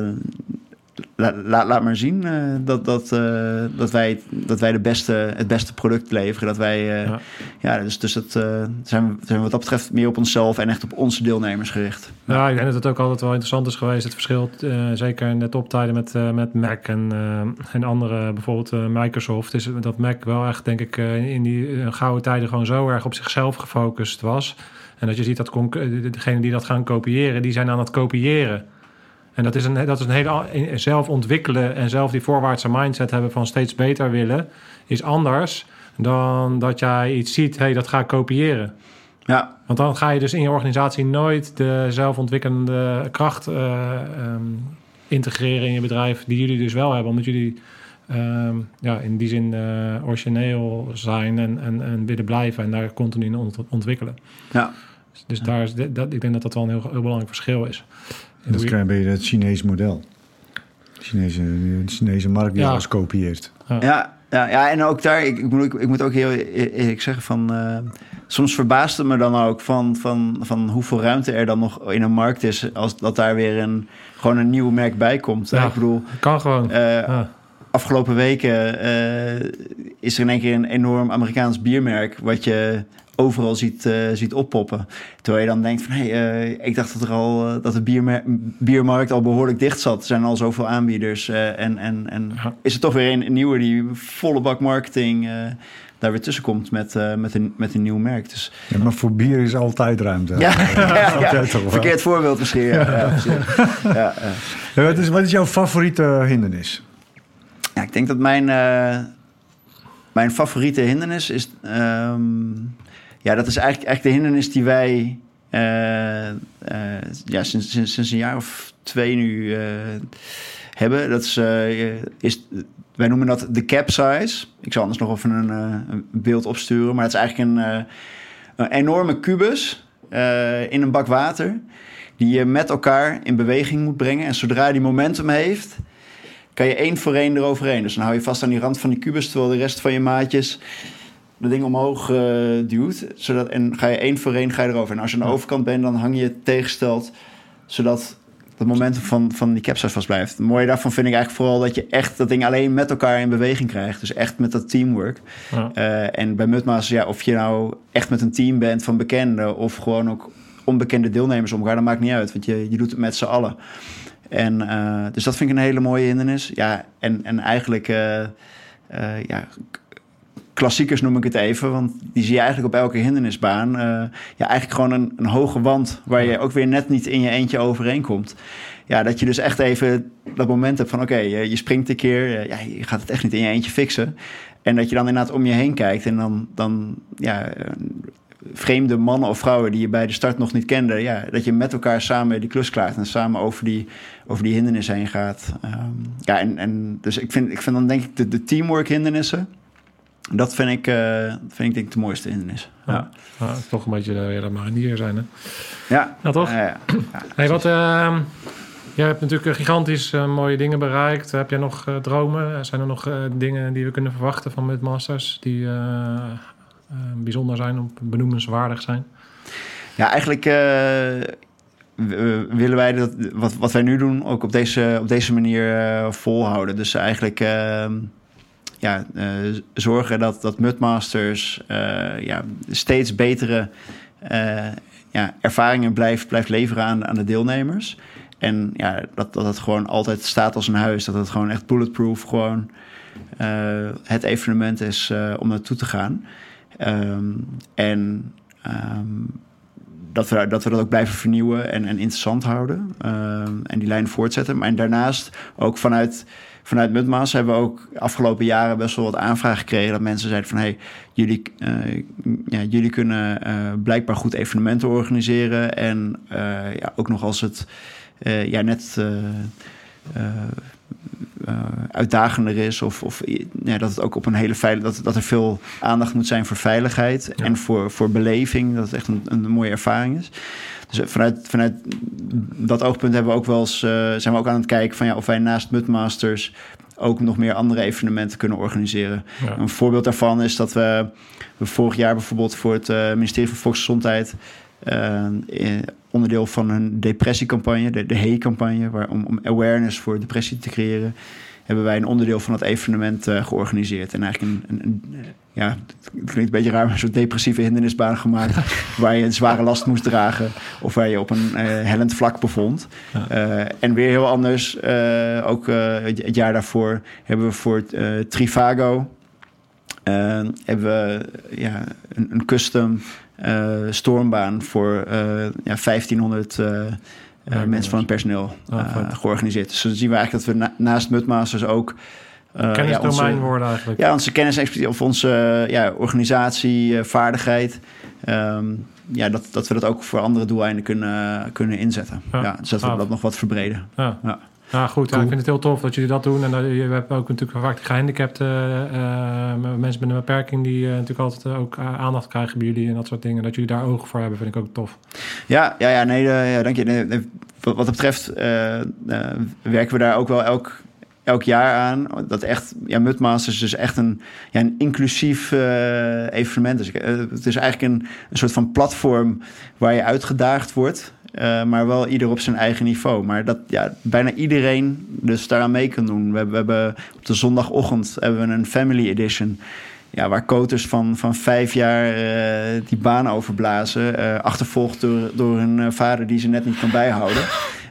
laat maar zien dat wij het beste product leveren. Dat wij dus dat zijn we wat dat betreft meer op onszelf en echt op onze deelnemers gericht. Ja, ik denk dat het ook altijd wel interessant is geweest. Het verschil, zeker in de toptijden met Mac en andere, bijvoorbeeld Microsoft, is dat Mac wel echt, denk ik, in die gouden tijden gewoon zo erg op zichzelf gefocust was. En dat je ziet dat degenen die dat gaan kopiëren, die zijn aan het kopiëren. En dat is een hele zelf ontwikkelen en zelf die voorwaartse mindset hebben van steeds beter willen, is anders dan dat jij iets ziet, dat ga ik kopiëren. Ja. Want dan ga je dus in je organisatie nooit de zelfontwikkelende kracht integreren in je bedrijf, die jullie dus wel hebben, omdat jullie in die zin origineel zijn en willen blijven en daar continu in ontwikkelen. Ja. Dus daar is ik denk dat dat wel een heel belangrijk verschil is. Dat krijg je bij het Chinese model. De Chinese markt die alles kopieert. Ja, en ook daar, ik moet ook heel eerlijk zeggen van... soms verbaast het me dan ook van hoeveel ruimte er dan nog in een markt is... als dat daar weer gewoon een nieuw merk bij komt. Ja, ik bedoel, kan gewoon. Afgelopen weken is er in één keer een enorm Amerikaans biermerk... wat je overal ziet oppoppen. Terwijl je dan denkt van... ik dacht dat de biermarkt al behoorlijk dicht zat. Er zijn al zoveel aanbieders. Is er toch weer een nieuwe die volle bak marketing... daar weer tussenkomt met een nieuw merk. Dus, ja, maar voor bier is altijd ruimte. Verkeerd voorbeeld misschien. Wat is jouw favoriete hindernis? Ja, ik denk dat mijn favoriete hindernis is... dat is eigenlijk de hindernis die wij sinds een jaar of 2 nu hebben. Dat is wij noemen dat de capsize. Ik zal anders nog even een beeld opsturen. Maar het is eigenlijk een enorme kubus in een bak water... die je met elkaar in beweging moet brengen. En zodra die momentum heeft... kan je 1 voor 1 eroverheen. Dus dan hou je vast aan die rand van die kubus... terwijl de rest van je maatjes dat ding omhoog duwt. En ga je 1 voor 1 erover. En als je aan de overkant bent, dan hang je tegengesteld... zodat het momentum van die capsize vast blijft. Het mooie daarvan vind ik eigenlijk vooral... dat je echt dat ding alleen met elkaar in beweging krijgt. Dus echt met dat teamwork. Ja. En bij Mudmasters, of je nou echt met een team bent van bekenden... of gewoon ook onbekende deelnemers om elkaar... dat maakt niet uit, want je doet het met z'n allen. En dus dat vind ik een hele mooie hindernis. Ja, en eigenlijk... klassiekers noem ik het even, want die zie je eigenlijk op elke hindernisbaan. Eigenlijk gewoon een hoge wand waar je ook weer net niet in je eentje overheen komt. Ja, dat je dus echt even dat moment hebt van oké, je springt een keer, je gaat het echt niet in je eentje fixen. En dat je dan inderdaad om je heen kijkt en dan vreemde mannen of vrouwen die je bij de start nog niet kende, dat je met elkaar samen die klus klaart en samen over die hindernissen heen gaat. Dus ik vind dan denk ik de teamwork hindernissen. Dat vind ik denk ik de mooiste hindernis. Ja, toch een beetje dat marinier zijn, hè? Ja. Ja, toch? Ja. Hey, jij hebt natuurlijk gigantisch mooie dingen bereikt. Heb jij nog dromen? Zijn er nog dingen die we kunnen verwachten van Mudmasters... die bijzonder zijn of benoemenswaardig zijn? Ja, eigenlijk willen wij dat wat wij nu doen... ook op deze manier volhouden. Dus eigenlijk... zorgen dat Mudmasters steeds betere ervaringen blijft leveren aan de deelnemers. En dat het gewoon altijd staat als een huis. Dat het gewoon echt bulletproof gewoon het evenement is om naartoe te gaan. Dat we dat ook blijven vernieuwen en interessant houden. En die lijn voortzetten. Maar en daarnaast ook vanuit Mudmasters hebben we ook afgelopen jaren best wel wat aanvragen gekregen. Dat mensen zeiden van jullie kunnen blijkbaar goed evenementen organiseren. En ook nog als het net uitdagender is. Of dat het ook op een hele veilige... Dat er veel aandacht moet zijn voor veiligheid. Ja. En voor beleving. Dat het echt een mooie ervaring is. Dus vanuit dat oogpunt hebben we ook wel eens, zijn we ook aan het kijken van of wij naast Mudmasters ook nog meer andere evenementen kunnen organiseren. Ja. Een voorbeeld daarvan is dat we vorig jaar bijvoorbeeld voor het ministerie van Volksgezondheid onderdeel van een depressiecampagne, de HEE-campagne, om awareness voor depressie te creëren, hebben wij een onderdeel van het evenement georganiseerd. En eigenlijk het klinkt een beetje raar, maar een soort depressieve hindernisbaan gemaakt, waar je een zware last moest dragen of waar je op een hellend vlak bevond. Ja. En weer heel anders, ook het jaar daarvoor hebben we voor Trivago hebben we een custom stormbaan voor 1500 mensen van het personeel georganiseerd. Dus dan zien we eigenlijk dat we naast Mudmasters ook Kennisdomein worden eigenlijk. Ja, onze kennis of onze organisatie, vaardigheid. Dat we dat ook voor andere doeleinden kunnen inzetten. Dus dat we dat nog wat verbreden. Ja, goed. Cool. Ik vind het heel tof dat jullie dat doen. En je hebt ook natuurlijk vaak gehandicapte mensen met een beperking die natuurlijk altijd ook aandacht krijgen bij jullie en dat soort dingen. Dat jullie daar ogen voor hebben, vind ik ook tof. Dank je. Nee, wat dat betreft werken we daar ook wel elk jaar aan. Dat echt, Mudmasters is echt een inclusief evenement. Dus het is eigenlijk een soort van platform waar je uitgedaagd wordt. Maar wel ieder op zijn eigen niveau. Maar dat bijna iedereen dus daaraan mee kan doen. We hebben op de zondagochtend hebben we een family edition. Ja, waar koters van 5 jaar die baan overblazen. Achtervolgd door een vader die ze net niet kan bijhouden.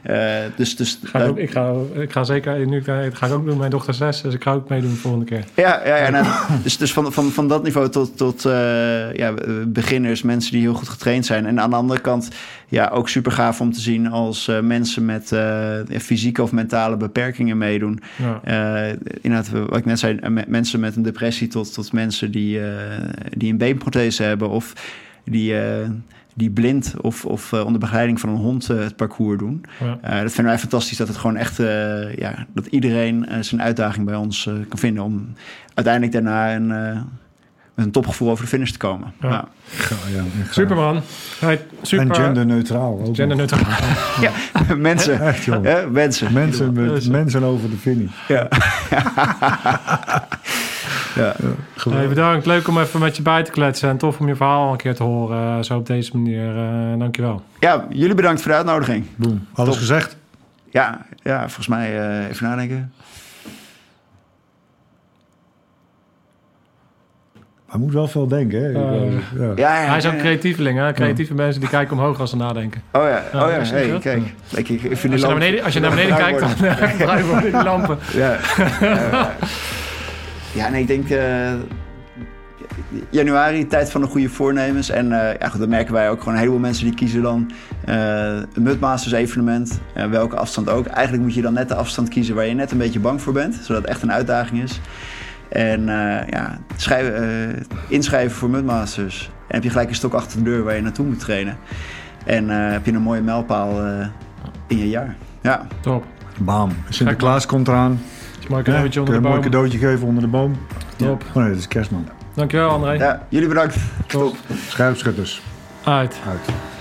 Ik ga zeker, nu ga ik ook doen, mijn dochter 6, dus ik ga ook meedoen de volgende keer. Dus van dat niveau tot beginners, mensen die heel goed getraind zijn. En aan de andere kant ook super gaaf om te zien als mensen met fysieke of mentale beperkingen meedoen. Inderdaad, wat ik net zei, mensen met een depressie tot mensen die een beenprothese hebben of die blind of onder begeleiding van een hond het parcours doen. Dat vinden wij fantastisch, dat het gewoon echt dat iedereen zijn uitdaging bij ons kan vinden om uiteindelijk daarna met een topgevoel over de finish te komen. Superman. Super. En genderneutraal. Genderneutraal. Mensen. Echt, joh. Mensen over de finish. Bedankt. Leuk om even met je bij te kletsen. En tof om je verhaal een keer te horen. Zo op deze manier. Dankjewel. Ja, jullie bedankt voor de uitnodiging. Boom. Alles gezegd? Ja, volgens mij even nadenken. Hij moet wel veel denken, hè? Hij is ook creatieveling, hè? Creatieve mensen die kijken omhoog als ze nadenken. Hey, kijk. Als je naar beneden kijkt, dan draaien die lampen. Ik denk januari, tijd van de goede voornemens. En dat merken wij ook gewoon. Een heleboel mensen die kiezen dan een Mudmasters evenement. Welke afstand ook. Eigenlijk moet je dan net de afstand kiezen waar je net een beetje bang voor bent. Zodat het echt een uitdaging is. En inschrijven voor Mudmasters. En heb je gelijk een stok achter de deur waar je naartoe moet trainen. En heb je een mooie mijlpaal in je jaar. Ja. Top. Bam. Sinterklaas komt eraan. Mooi cadeautje onder de boom. Een mooi cadeautje geven onder de boom. Top. Oh nee, dat is Kerstman. Dankjewel, André. Ja, jullie bedankt. Top. Scherpschutters. Uit.